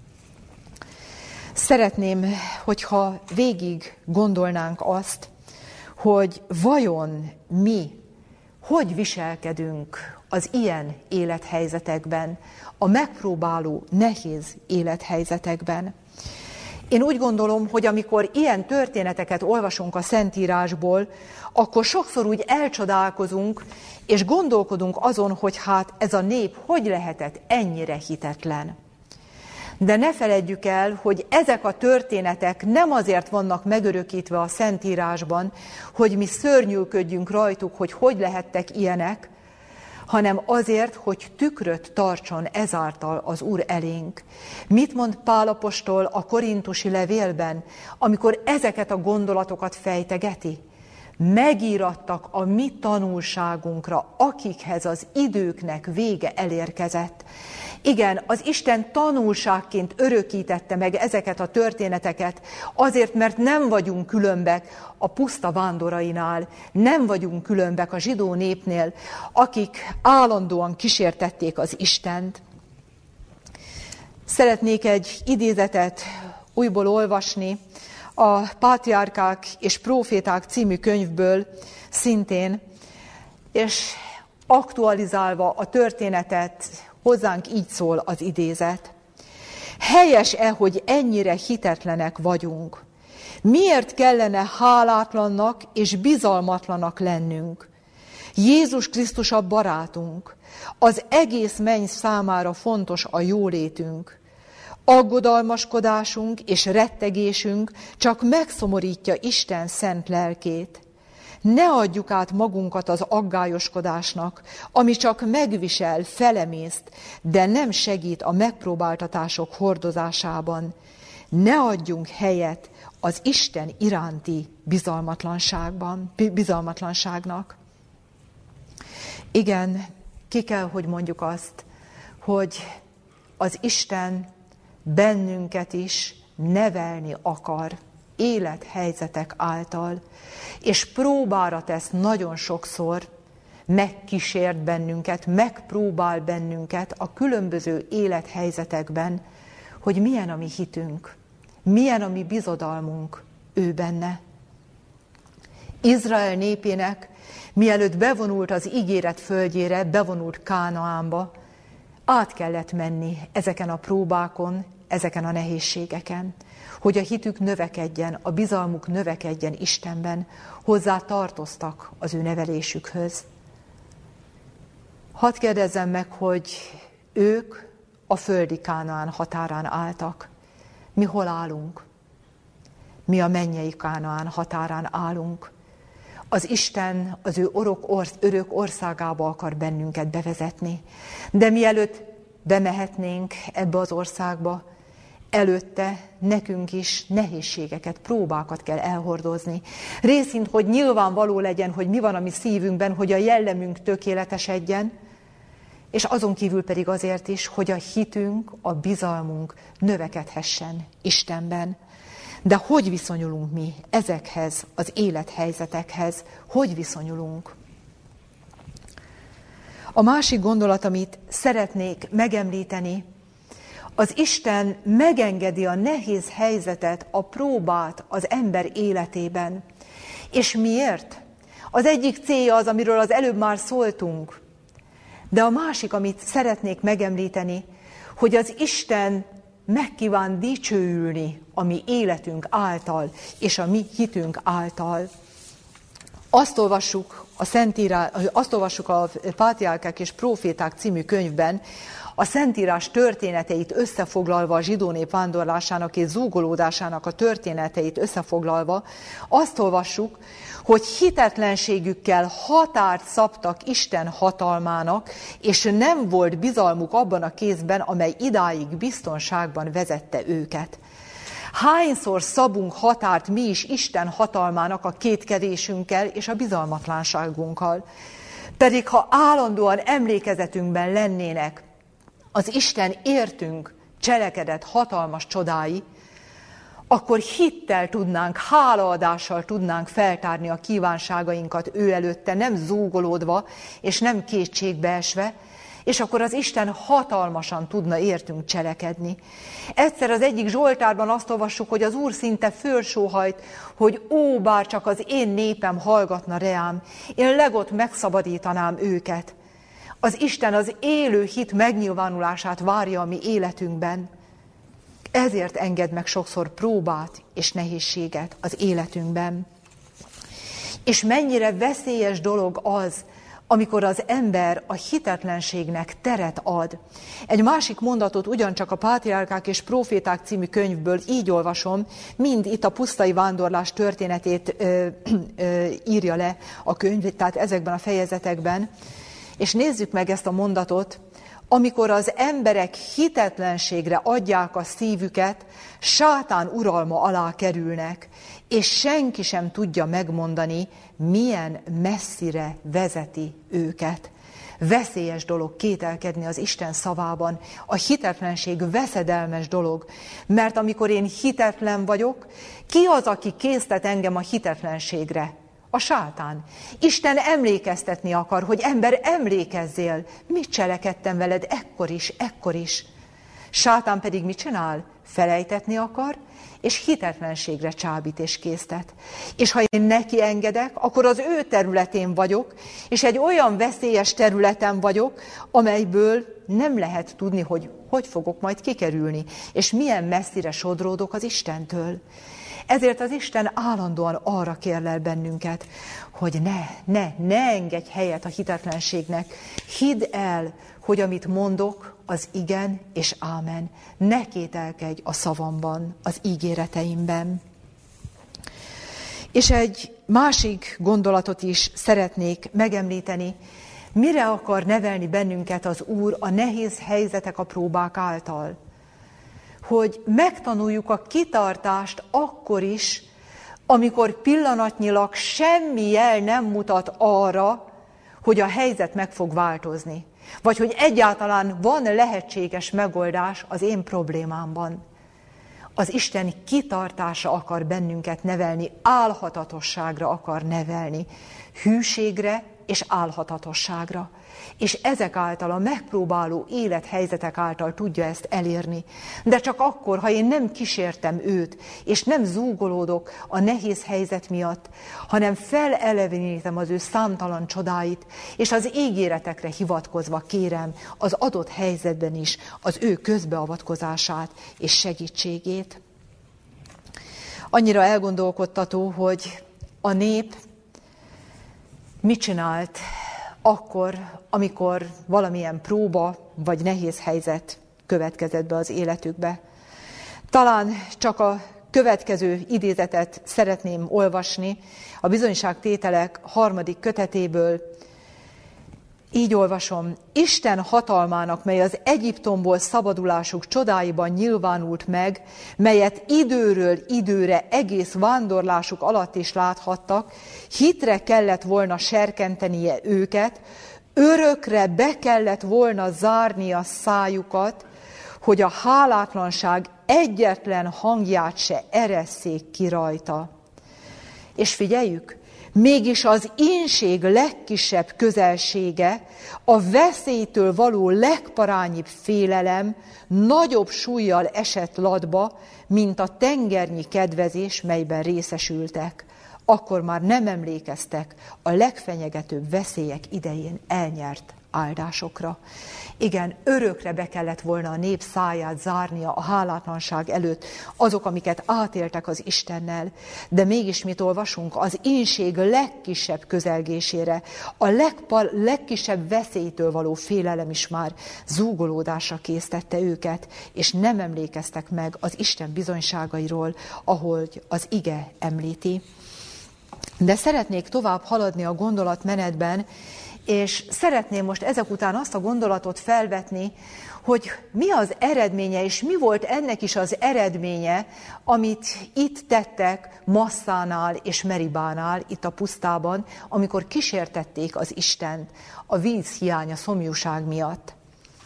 Szeretném, hogyha végig gondolnánk azt, hogy vajon mi hogy viselkedünk az ilyen élethelyzetekben, a megpróbáló, nehéz élethelyzetekben. Én úgy gondolom, hogy amikor ilyen történeteket olvasunk a Szentírásból, akkor sokszor úgy elcsodálkozunk, és gondolkodunk azon, hogy hát ez a nép hogy lehetett ennyire hitetlen. De ne feledjük el, hogy ezek a történetek nem azért vannak megörökítve a Szentírásban, hogy mi szörnyűködjünk rajtuk, hogy hogy lehettek ilyenek, hanem azért, hogy tükröt tartson ezáltal az Úr elénk. Mit mond Pál apostol a korintusi levélben, amikor ezeket a gondolatokat fejtegeti? Megírattak a mi tanulságunkra, akikhez az időknek vége elérkezett. Igen, az Isten tanulságként örökítette meg ezeket a történeteket, azért, mert nem vagyunk különbek a puszta vándorainál, nem vagyunk különbek a zsidó népnél, akik állandóan kísértették az Istent. Szeretnék egy idézetet újból olvasni, a Pátriárkák és Próféták című könyvből szintén, és aktualizálva a történetet, hozzánk így szól az idézet. Helyes-e, hogy ennyire hitetlenek vagyunk? Miért kellene hálátlannak és bizalmatlanak lennünk? Jézus Krisztus a barátunk, az egész menny számára fontos a jólétünk. Aggodalmaskodásunk és rettegésünk csak megszomorítja Isten szent lelkét. Ne adjuk át magunkat az aggályoskodásnak, ami csak megvisel, felemészt, de nem segít a megpróbáltatások hordozásában. Ne adjunk helyet az Isten iránti bizalmatlanságban, bizalmatlanságnak. Igen, ki kell, hogy mondjuk azt, hogy az Isten bennünket is nevelni akar élethelyzetek által, és próbára tesz nagyon sokszor, megkísért bennünket, megpróbál bennünket a különböző élethelyzetekben, hogy milyen a mi hitünk, milyen a mi bizodalmunk ő benne. Izrael népének, mielőtt bevonult az ígéret földjére, bevonult Kánaánba, át kellett menni ezeken a próbákon, ezeken a nehézségeken, hogy a hitük növekedjen, a bizalmuk növekedjen Istenben, hozzá tartoztak az ő nevelésükhöz. Hadd kérdezzem meg, hogy ők a földi Kánaán határán álltak. Mi hol állunk? Mi a mennyei Kánaán határán állunk. Az Isten az ő örök országába akar bennünket bevezetni. De mielőtt bemehetnénk ebbe az országba, előtte nekünk is nehézségeket, próbákat kell elhordozni. Részint, hogy nyilvánvaló legyen, hogy mi van a mi szívünkben, hogy a jellemünk tökéletesedjen, és azon kívül pedig azért is, hogy a hitünk, a bizalmunk növekedhessen Istenben. De hogy viszonyulunk mi ezekhez az élethelyzetekhez? Hogy viszonyulunk? A másik gondolat, amit szeretnék megemlíteni, az Isten megengedi a nehéz helyzetet, a próbát az ember életében. És miért? Az egyik célja az, amiről az előbb már szóltunk. De a másik, amit szeretnék megemlíteni, hogy az Isten megkíván dicsőülni a mi életünk által, és a mi hitünk által. Azt olvassuk a, Szentírás, azt olvassuk a Pátriárkák és Próféták című könyvben, a Szentírás történeteit összefoglalva, a zsidó nép vándorlásának és zúgolódásának a történeteit összefoglalva, azt olvassuk, hogy hitetlenségükkel határt szabtak Isten hatalmának, és nem volt bizalmuk abban a kézben, amely idáig biztonságban vezette őket. Hányszor szabunk határt mi is Isten hatalmának a kétkedésünkkel és a bizalmatlanságunkkal? Pedig ha állandóan emlékezetünkben lennének az Isten értünk cselekedett hatalmas csodái, akkor hittel tudnánk, hálaadással tudnánk feltárni a kívánságainkat ő előtte, nem zúgolódva és nem kétségbeesve, és akkor az Isten hatalmasan tudna értünk cselekedni. Egyszer az egyik Zsoltárban azt olvassuk, hogy az Úr szinte fölsóhajt, hogy ó, bár csak az én népem hallgatna reám, én legott megszabadítanám őket. Az Isten az élő hit megnyilvánulását várja a mi életünkben. Ezért enged meg sokszor próbát és nehézséget az életünkben. És mennyire veszélyes dolog az, amikor az ember a hitetlenségnek teret ad. Egy másik mondatot ugyancsak a Pátriárkák és Próféták című könyvből így olvasom, mind itt a pusztai vándorlás történetét ö, ö, írja le a könyv, tehát ezekben a fejezetekben. És nézzük meg ezt a mondatot, amikor az emberek hitetlenségre adják a szívüket, sátán uralma alá kerülnek, és senki sem tudja megmondani, milyen messzire vezeti őket. Veszélyes dolog kételkedni az Isten szavában. A hitetlenség veszedelmes dolog, mert amikor én hitetlen vagyok, ki az, aki késztet engem a hitetlenségre? A sátán. Isten emlékeztetni akar, hogy ember, emlékezzél, mit cselekedtem veled ekkor is, ekkor is. Sátán pedig mit csinál? Felejtetni akar, és hitetlenségre csábít és késztet. És ha én neki engedek, akkor az ő területén vagyok, és egy olyan veszélyes területen vagyok, amelyből nem lehet tudni, hogy hogy fogok majd kikerülni, és milyen messzire sodródok az Istentől. Ezért az Isten állandóan arra kérlel bennünket, hogy ne, ne, ne engedj helyet a hitetlenségnek. Hidd el, hogy amit mondok, az igen és ámen. Ne kételkedj a szavamban, az ígéreteimben. És egy másik gondolatot is szeretnék megemlíteni. Mire akar nevelni bennünket az Úr a nehéz helyzetek, a próbák által? Hogy megtanuljuk a kitartást akkor is, amikor pillanatnyilag semmi jel nem mutat arra, hogy a helyzet meg fog változni. Vagy hogy egyáltalán van lehetséges megoldás az én problémámban. Az Isten kitartása akar bennünket nevelni, álhatatosságra akar nevelni, hűségre és álhatatosságra. És ezek által, a megpróbáló élethelyzetek által tudja ezt elérni. De csak akkor, ha én nem kísértem őt, és nem zúgolódok a nehéz helyzet miatt, hanem felelevenítem az ő számtalan csodáit, és az ígéretekre hivatkozva kérem az adott helyzetben is az ő közbeavatkozását és segítségét. Annyira elgondolkodtató, hogy a nép mit csinált akkor, amikor valamilyen próba vagy nehéz helyzet következett be az életükbe. Talán csak a következő idézetet szeretném olvasni a Bizonyságtételek harmadik kötetéből. Így olvasom: Isten hatalmának, mely az Egyiptomból szabadulásuk csodáiban nyilvánult meg, melyet időről időre egész vándorlásuk alatt is láthattak, hitre kellett volna serkentenie őket, örökre be kellett volna zárni a szájukat, hogy a hálátlanság egyetlen hangját se eresszék ki rajta. És figyeljük, mégis az ínség legkisebb közelsége, a veszélytől való legparányibb félelem nagyobb súllyal esett latba, mint a tengernyi kedvezés, melyben részesültek. Akkor már nem emlékeztek a legfenyegetőbb veszélyek idején elnyert áldásokra. Igen, örökre be kellett volna a nép száját zárnia a hálátlanság előtt, azok, amiket átéltek az Istennel. De mégis mit olvasunk? Az ínség legkisebb közelgésére, a legpar, legkisebb veszélytől való félelem is már zúgolódásra késztette őket, és nem emlékeztek meg az Isten bizonyságairól, ahogy az ige említi. De szeretnék tovább haladni a gondolatmenetben, és szeretném most ezek után azt a gondolatot felvetni, hogy mi az eredménye, és mi volt ennek is az eredménye, amit itt tettek Masszánál és Meribánál, itt a pusztában, amikor kísértették az Istent a víz hiánya, szomjúság miatt.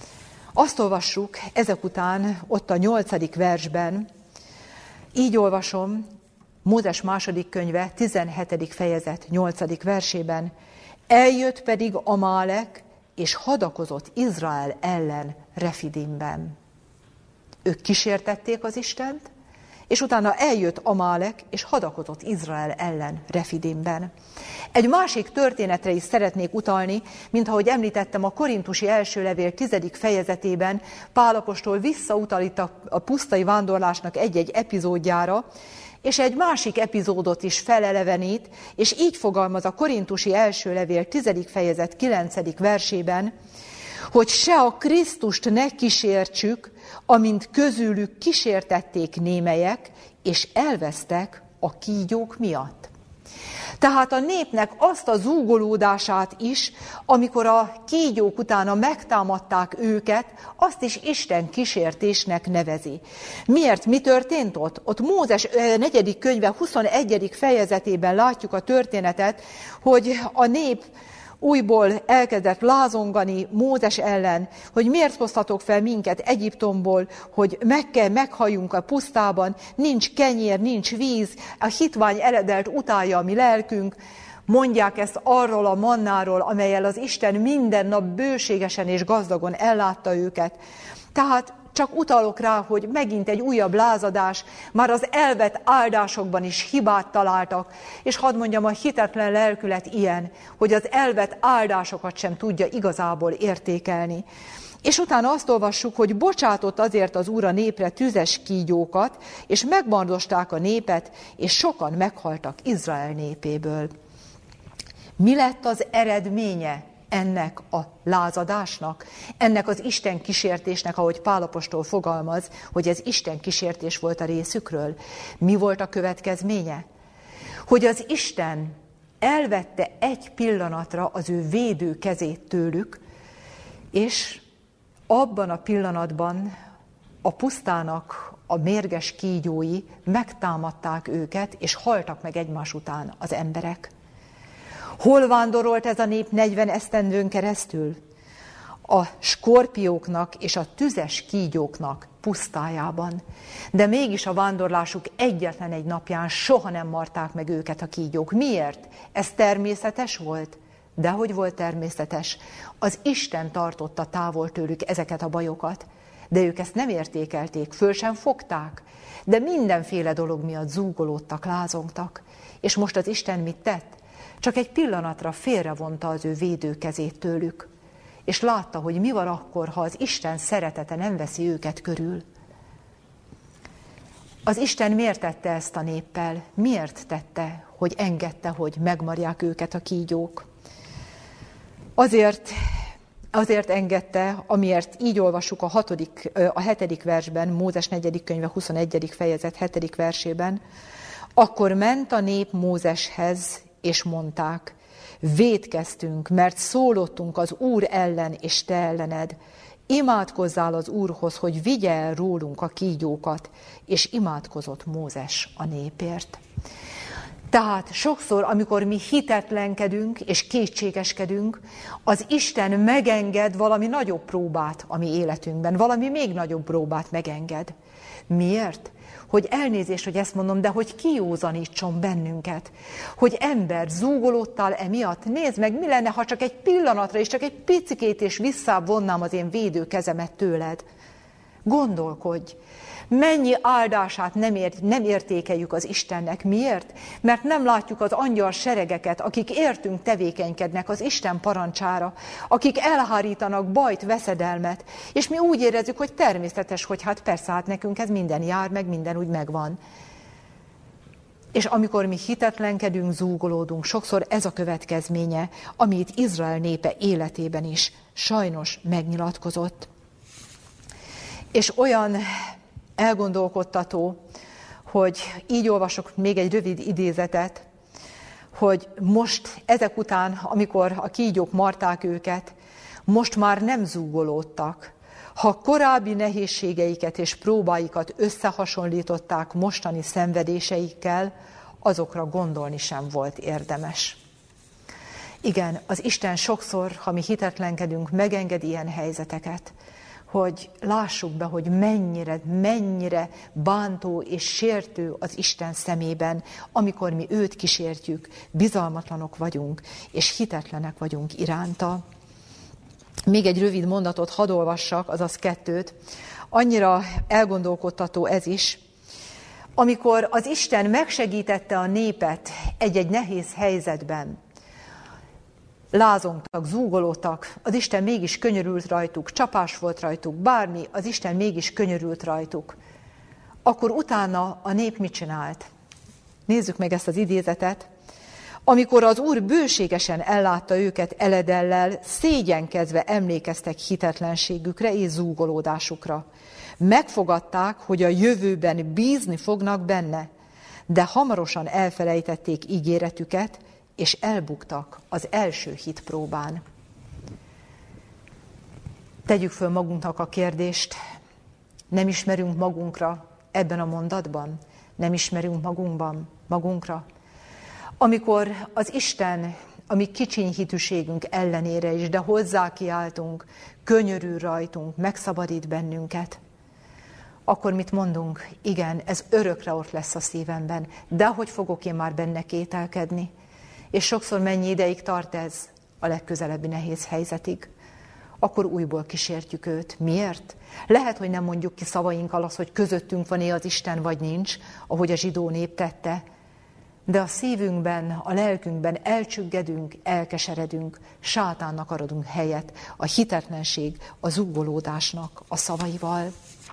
Azt olvassuk ezek után ott a nyolcadik versben, így olvasom, Mózes második könyve, tizenhetedik fejezet, nyolcadik versében: Eljött pedig Amálek, és hadakozott Izrael ellen Refidimben. Ők kísértették az Istent, és utána eljött Amálek, és hadakozott Izrael ellen Refidimben. Egy másik történetre is szeretnék utalni, mint ahogy említettem, a Korintusi első levél tizedik fejezetében Pál apostol visszautal itt a, a pusztai vándorlásnak egy-egy epizódjára, és egy másik epizódot is felelevenít, és így fogalmaz a Korintusi első levél tizedik fejezet kilencedik versében, hogy se a Krisztust ne kísértsük, amint közülük kísértették némelyek, és elvesztek a kígyók miatt. Tehát a népnek azt a zúgolódását is, amikor a kígyók utána megtámadták őket, azt is Isten kísértésnek nevezi. Miért? Mi történt ott? Ott Mózes negyedik könyve huszonegyedik fejezetében látjuk a történetet, hogy a nép újból elkezdett lázongani Mózes ellen, hogy miért hoztatok fel minket Egyiptomból, hogy meg kell, meghalljunk a pusztában, nincs kenyér, nincs víz, a hitvány eredelt utálja a mi lelkünk. Mondják ezt arról a mannáról, amellyel az Isten minden nap bőségesen és gazdagon ellátta őket. Tehát csak utalok rá, hogy megint egy újabb lázadás, már az elvett áldásokban is hibát találtak, és hadd mondjam, a hitetlen lelkület ilyen, hogy az elvett áldásokat sem tudja igazából értékelni. És utána azt olvassuk, hogy bocsátott azért az Úr a népre tüzes kígyókat, és megmardosták a népet, és sokan meghaltak Izrael népéből. Mi lett az eredménye ennek a lázadásnak, ennek az Isten kísértésnek, ahogy Pál apostol fogalmaz, hogy ez Isten kísértés volt a részükről? Mi volt a következménye? Hogy az Isten elvette egy pillanatra az ő védő kezét tőlük, és abban a pillanatban a pusztának a mérges kígyói megtámadták őket, és haltak meg egymás után az emberek. Hol vándorolt ez a nép negyven esztendőn keresztül? A skorpióknak és a tüzes kígyóknak pusztájában. De mégis a vándorlásuk egyetlen egy napján soha nem marták meg őket a kígyók. Miért? Ez természetes volt? Dehogy volt természetes. Az Isten tartotta távol tőlük ezeket a bajokat. De ők ezt nem értékelték, föl sem fogták. De mindenféle dolog miatt zúgolódtak, lázongtak. És most az Isten mit tett? Csak egy pillanatra félrevonta az ő védőkezét tőlük, és látta, hogy mi van akkor, ha az Isten szeretete nem veszi őket körül. Az Isten miért tette ezt a néppel? Miért tette, hogy engedte, hogy megmarják őket a kígyók? Azért, azért engedte, amiért így olvassuk a, hatodik, a hetedik versben, Mózes negyedik könyve huszonegyedik fejezet hetedik versében, akkor ment a nép Mózeshez, és mondták, vétkeztünk, mert szólottunk az Úr ellen és te ellened. Imádkozzál az Úrhoz, hogy vigye el rólunk a kígyókat, és imádkozott Mózes a népért. Tehát sokszor, amikor mi hitetlenkedünk és kétségeskedünk, az Isten megenged valami nagyobb próbát a mi életünkben, valami még nagyobb próbát megenged. Miért? Hogy elnézést, hogy ezt mondom, de hogy kijózanítson bennünket. Hogy ember zúgolódtál emiatt, nézd meg, mi lenne, ha csak egy pillanatra, és csak egy picikét, és visszavonnám az én védő kezemet tőled. Gondolkodj! Mennyi áldását nem, ért, nem értékeljük az Istennek. Miért? Mert nem látjuk az angyal seregeket, akik értünk tevékenykednek az Isten parancsára, akik elhárítanak bajt, veszedelmet, és mi úgy érezzük, hogy természetes, hogy hát persze, hát nekünk ez minden jár, meg minden úgy megvan. És amikor mi hitetlenkedünk, zúgolódunk, sokszor ez a következménye, amit Izrael népe életében is sajnos megnyilatkozott. És olyan elgondolkodtató, hogy így olvasok még egy rövid idézetet, hogy most ezek után, amikor a kígyók marták őket, most már nem zúgolódtak. Ha korábbi nehézségeiket és próbáikat összehasonlították mostani szenvedéseikkel, azokra gondolni sem volt érdemes. Igen, az Isten sokszor, ha mi hitetlenkedünk, megenged ilyen helyzeteket, hogy lássuk be, hogy mennyire, mennyire bántó és sértő az Isten szemében, amikor mi őt kísértjük, bizalmatlanok vagyunk, és hitetlenek vagyunk iránta. Még egy rövid mondatot hadd olvassak, azaz kettőt. Annyira elgondolkodtató ez is, amikor az Isten megsegítette a népet egy-egy nehéz helyzetben, lázongtak, zúgolódtak, az Isten mégis könyörült rajtuk, csapás volt rajtuk, bármi, az Isten mégis könyörült rajtuk. Akkor utána a nép mit csinált? Nézzük meg ezt az idézetet. Amikor az Úr bőségesen ellátta őket eledellel, szégyenkezve emlékeztek hitetlenségükre és zúgolódásukra. Megfogadták, hogy a jövőben bízni fognak benne, de hamarosan elfelejtették ígéretüket, és elbuktak az első hitpróbán. Tegyük föl magunknak a kérdést, nem ismerünk magunkra ebben a mondatban? Nem ismerünk magunkban, magunkra? Amikor az Isten, a mi kicsiny hitűségünk ellenére is, de hozzá kiáltunk, könyörül rajtunk, megszabadít bennünket, akkor mit mondunk? Igen, ez örökre ott lesz a szívemben, de hogy fogok én már benne kételkedni? És sokszor mennyi ideig tart ez a legközelebbi nehéz helyzetig? Akkor újból kísértjük őt. Miért? Lehet, hogy nem mondjuk ki szavainkkal azt, hogy közöttünk van-e az Isten, vagy nincs, ahogy a zsidó nép tette, de a szívünkben, a lelkünkben elcsüggedünk, elkeseredünk, sátánnak adunk helyet, a hitetlenség, a zúgolódásnak a szavaival.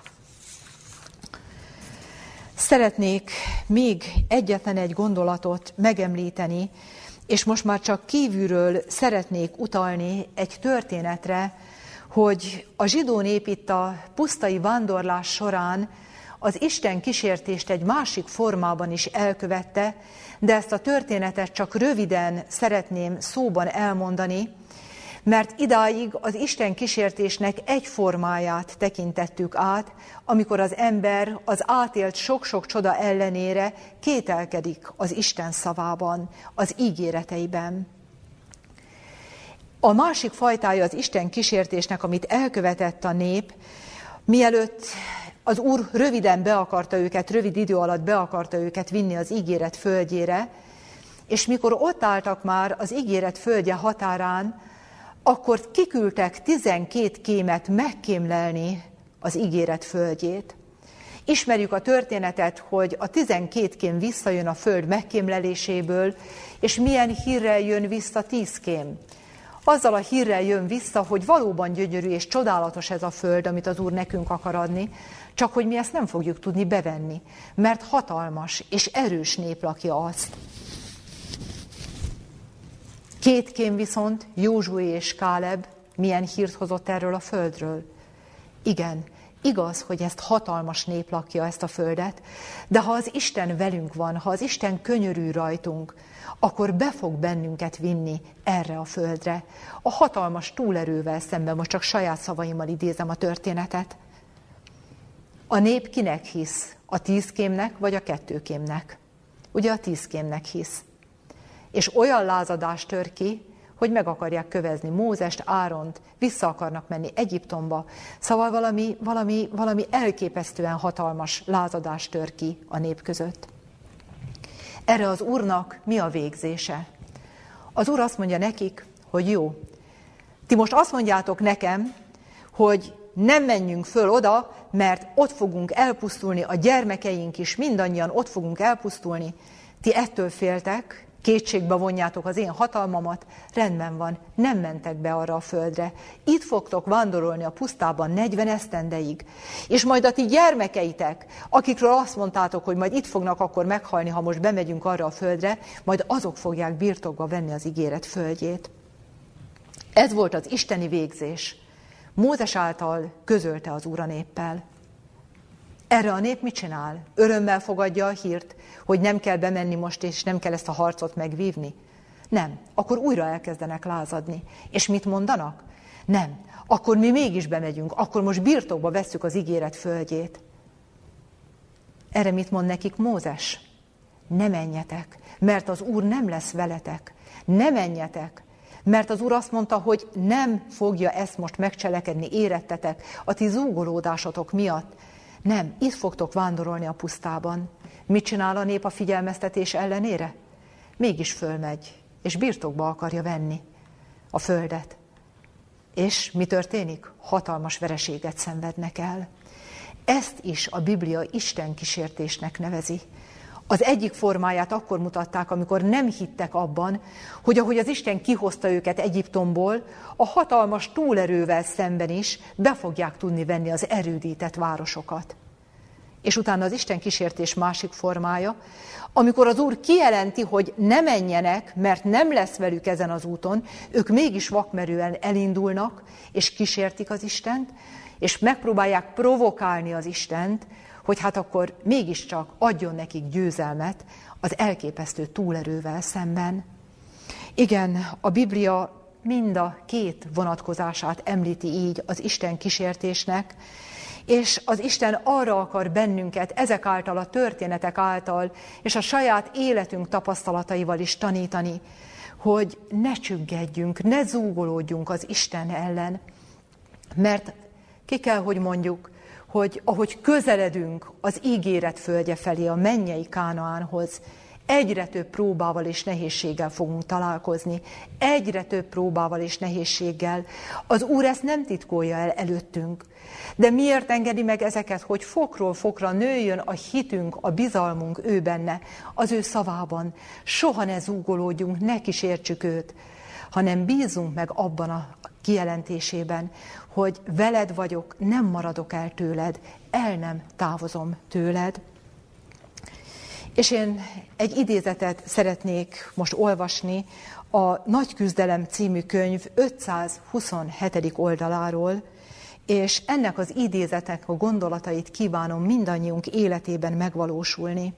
Szeretnék még egyetlen egy gondolatot megemlíteni, és most már csak kívülről szeretnék utalni egy történetre, hogy a zsidó nép itt a pusztai vándorlás során az Isten kísértést egy másik formában is elkövette, de ezt a történetet csak röviden szeretném szóban elmondani, mert idáig az Isten kísértésnek egy formáját tekintettük át, amikor az ember az átélt sok-sok csoda ellenére kételkedik az Isten szavában, az ígéreteiben. A másik fajtája az Isten kísértésnek, amit elkövetett a nép, mielőtt az Úr röviden be akarta őket, rövid idő alatt be akarta őket vinni az ígéret földjére, és mikor ott álltak már az ígéret földje határán, akkor kiküldtek tizenkét kémet megkémlelni az ígéret földjét. Ismerjük a történetet, hogy a tizenkét kém visszajön a föld megkémleléséből, és milyen hírrel jön vissza tíz kém. Azzal a hírrel jön vissza, hogy valóban gyönyörű és csodálatos ez a föld, amit az Úr nekünk akar adni, csak hogy mi ezt nem fogjuk tudni bevenni, mert hatalmas és erős nép lakja azt. Két kém viszont, Józsué és Káleb, milyen hírt hozott erről a földről? Igen, igaz, hogy ezt hatalmas nép lakja, ezt a földet, de ha az Isten velünk van, ha az Isten könyörű rajtunk, akkor be fog bennünket vinni erre a földre. A hatalmas túlerővel szemben, most csak saját szavaimmal idézem a történetet. A nép kinek hisz? A tízkémnek vagy a kettőkémnek? Ugye a tízkémnek hisz. És olyan lázadás tör ki, hogy meg akarják kövezni Mózest, Áront, vissza akarnak menni Egyiptomba. Szóval valami, valami, valami elképesztően hatalmas lázadás tör ki a nép között. Erre az Úrnak mi a végzése? Az Úr azt mondja nekik, hogy jó, ti most azt mondjátok nekem, hogy nem menjünk föl oda, mert ott fogunk elpusztulni, a gyermekeink is, mindannyian ott fogunk elpusztulni. Ti ettől féltek, kétségbe vonjátok az én hatalmamat, rendben van, nem mentek be arra a földre. Itt fogtok vándorolni a pusztában negyven esztendeig, és majd a ti gyermekeitek, akikről azt mondtátok, hogy majd itt fognak akkor meghalni, ha most bemegyünk arra a földre, majd azok fogják birtokba venni az ígéret földjét. Ez volt az isteni végzés. Mózes által közölte az Úr a néppel. Erre a nép mit csinál? Örömmel fogadja a hírt, hogy nem kell bemenni most, és nem kell ezt a harcot megvívni? Nem. Akkor újra elkezdenek lázadni. És mit mondanak? Nem. Akkor mi mégis bemegyünk, akkor most birtokba vesszük az ígéret földjét. Erre mit mond nekik Mózes? Ne menjetek, mert az Úr nem lesz veletek. Ne menjetek, mert az Úr azt mondta, hogy nem fogja ezt most megcselekedni, érettetek a ti zúgolódásotok miatt. Nem, itt fogtok vándorolni a pusztában. Mit csinál a nép a figyelmeztetés ellenére? Mégis fölmegy, és birtokba akarja venni a földet. És mi történik? Hatalmas vereséget szenvednek el. Ezt is a Biblia Isten kísértésnek nevezi. Az egyik formáját akkor mutatták, amikor nem hittek abban, hogy ahogy az Isten kihozta őket Egyiptomból, a hatalmas túlerővel szemben is be fogják tudni venni az erődített városokat. És utána az Isten kísértés másik formája, amikor az Úr kijelenti, hogy ne menjenek, mert nem lesz velük ezen az úton, ők mégis vakmerően elindulnak, és kísértik az Istent, és megpróbálják provokálni az Istent, hogy hát akkor mégiscsak adjon nekik győzelmet az elképesztő túlerővel szemben. Igen, a Biblia mind a két vonatkozását említi így az Isten kísértésnek, és az Isten arra akar bennünket ezek által, a történetek által, és a saját életünk tapasztalataival is tanítani, hogy ne csüggedjünk, ne zúgolódjunk az Isten ellen, mert ki kell, hogy mondjuk, hogy ahogy közeledünk az ígéret földje felé, a mennyei Kánaánhoz, egyre több próbával és nehézséggel fogunk találkozni. Egyre több próbával és nehézséggel. Az Úr ezt nem titkolja el előttünk. De miért engedi meg ezeket, hogy fokról fokra nőjön a hitünk, a bizalmunk ő benne, az ő szavában. Soha ne zúgolódjunk, ne kísértsük őt, hanem bízunk meg abban a kijelentésében, hogy veled vagyok, nem maradok el tőled, el nem távozom tőled. És én egy idézetet szeretnék most olvasni a Nagy küzdelem című könyv ötszázhuszonhetedik oldaláról, és ennek az idézetnek a gondolatait kívánom mindannyiunk életében megvalósulni.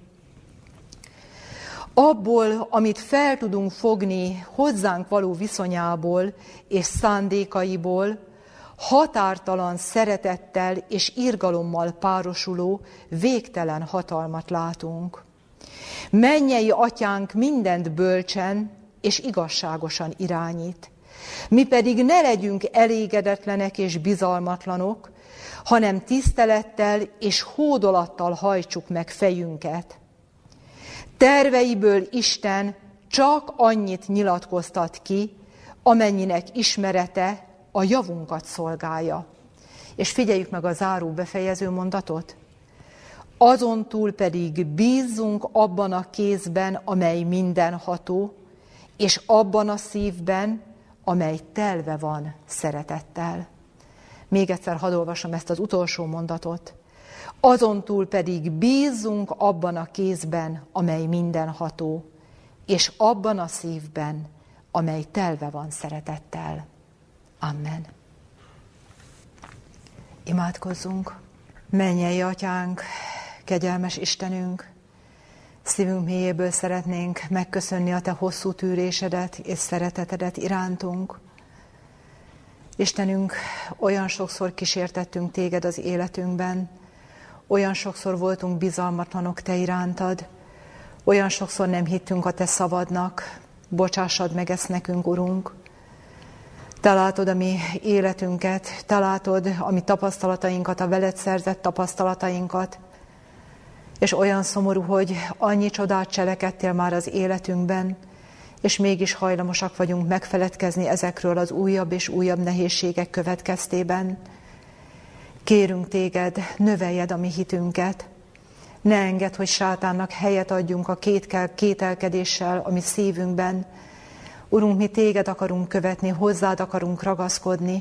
Abból, amit fel tudunk fogni hozzánk való viszonyából és szándékaiból, határtalan szeretettel és irgalommal párosuló végtelen hatalmat látunk. Mennyei atyánk mindent bölcsen és igazságosan irányít. Mi pedig ne legyünk elégedetlenek és bizalmatlanok, hanem tisztelettel és hódolattal hajtsuk meg fejünket. Terveiből Isten csak annyit nyilatkoztat ki, amennyinek ismerete a javunkat szolgálja. És figyeljük meg a záró befejező mondatot. Azon túl pedig bízzunk abban a kézben, amely mindenható, és abban a szívben, amely telve van szeretettel. Még egyszer hadd olvasom ezt az utolsó mondatot. Azon túl pedig bízzunk abban a kézben, amely mindenható, és abban a szívben, amely telve van szeretettel. Amen. Imádkozzunk. Mennyei Atyánk, kegyelmes Istenünk, szívünk mélyéből szeretnénk megköszönni a Te hosszú tűrésedet és szeretetedet irántunk. Istenünk, olyan sokszor kísértettünk Téged az életünkben, olyan sokszor voltunk bizalmatlanok Te irántad, olyan sokszor nem hittünk a Te szavadnak, bocsássad meg ezt nekünk, Urunk. Te látod a mi életünket, Te látod a mi tapasztalatainkat, a veled szerzett tapasztalatainkat, és olyan szomorú, hogy annyi csodát cselekedtél már az életünkben, és mégis hajlamosak vagyunk megfeledkezni ezekről az újabb és újabb nehézségek következtében. Kérünk Téged, növeljed a mi hitünket, ne engedd, hogy sátánnak helyet adjunk a kétkel, kételkedéssel a mi szívünkben. Urunk, mi Téged akarunk követni, hozzád akarunk ragaszkodni,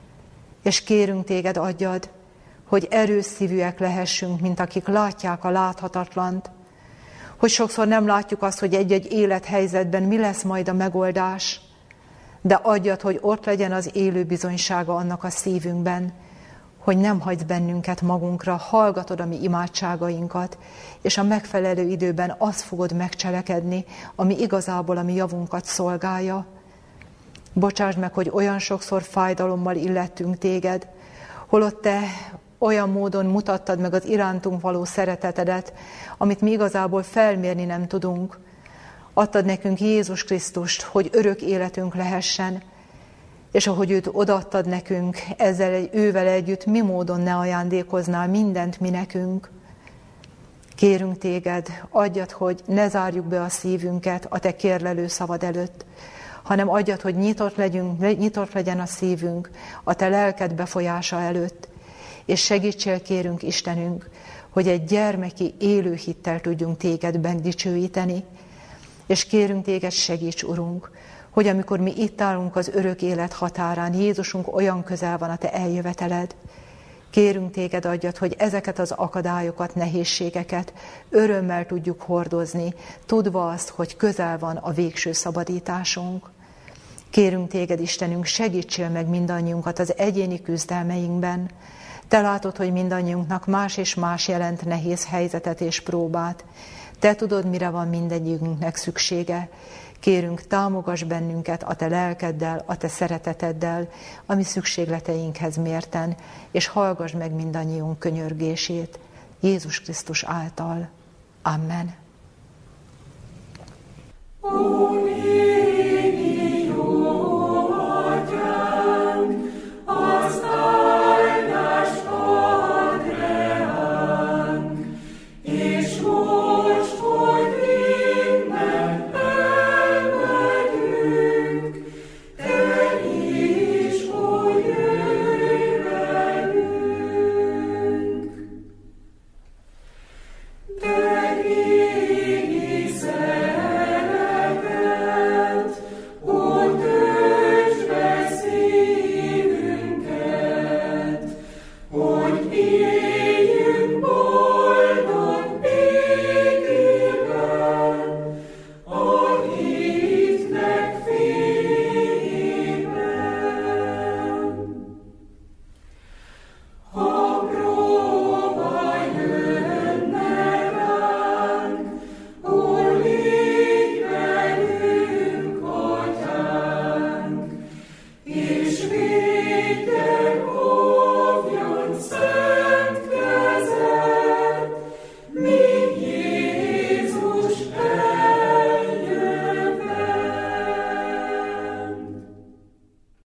és kérünk Téged, adjad, hogy erős szívűek lehessünk, mint akik látják a láthatatlant, hogy sokszor nem látjuk azt, hogy egy-egy élethelyzetben mi lesz majd a megoldás, de adjad, hogy ott legyen az élő bizonysága annak a szívünkben, hogy nem hagysz bennünket magunkra, hallgatod a mi imádságainkat, és a megfelelő időben azt fogod megcselekedni, ami igazából a mi javunkat szolgálja. Bocsásd meg, hogy olyan sokszor fájdalommal illettünk Téged, holott Te olyan módon mutattad meg az irántunk való szeretetedet, amit mi igazából felmérni nem tudunk. Adtad nekünk Jézus Krisztust, hogy örök életünk lehessen, és ahogy őt odaadtad nekünk, ezzel ővel együtt mi módon ne ajándékoznál mindent mi nekünk. Kérünk Téged, adjad, hogy ne zárjuk be a szívünket a Te kérlelő szavad előtt, hanem adjad, hogy nyitott, legyünk, nyitott legyen a szívünk a Te lelked befolyása előtt, és segítsél, kérünk Istenünk, hogy egy gyermeki élő hittel tudjunk Téged megdicsőíteni, és kérünk Téged, segíts, Urunk, hogy amikor mi itt állunk az örök élet határán, Jézusunk, olyan közel van a Te eljöveteled, kérünk Téged, adjad, hogy ezeket az akadályokat, nehézségeket örömmel tudjuk hordozni, tudva azt, hogy közel van a végső szabadításunk. Kérünk Téged, Istenünk, segítsél meg mindannyiunkat az egyéni küzdelmeinkben. Te látod, hogy mindannyiunknak más és más jelent nehéz helyzetet és próbát. Te tudod, mire van mindegyikünknek szüksége. Kérünk, támogass bennünket a Te lelkeddel, a Te szereteteddel, a mi szükségleteinkhez mérten, és hallgass meg mindannyiunk könyörgését Jézus Krisztus által. Amen.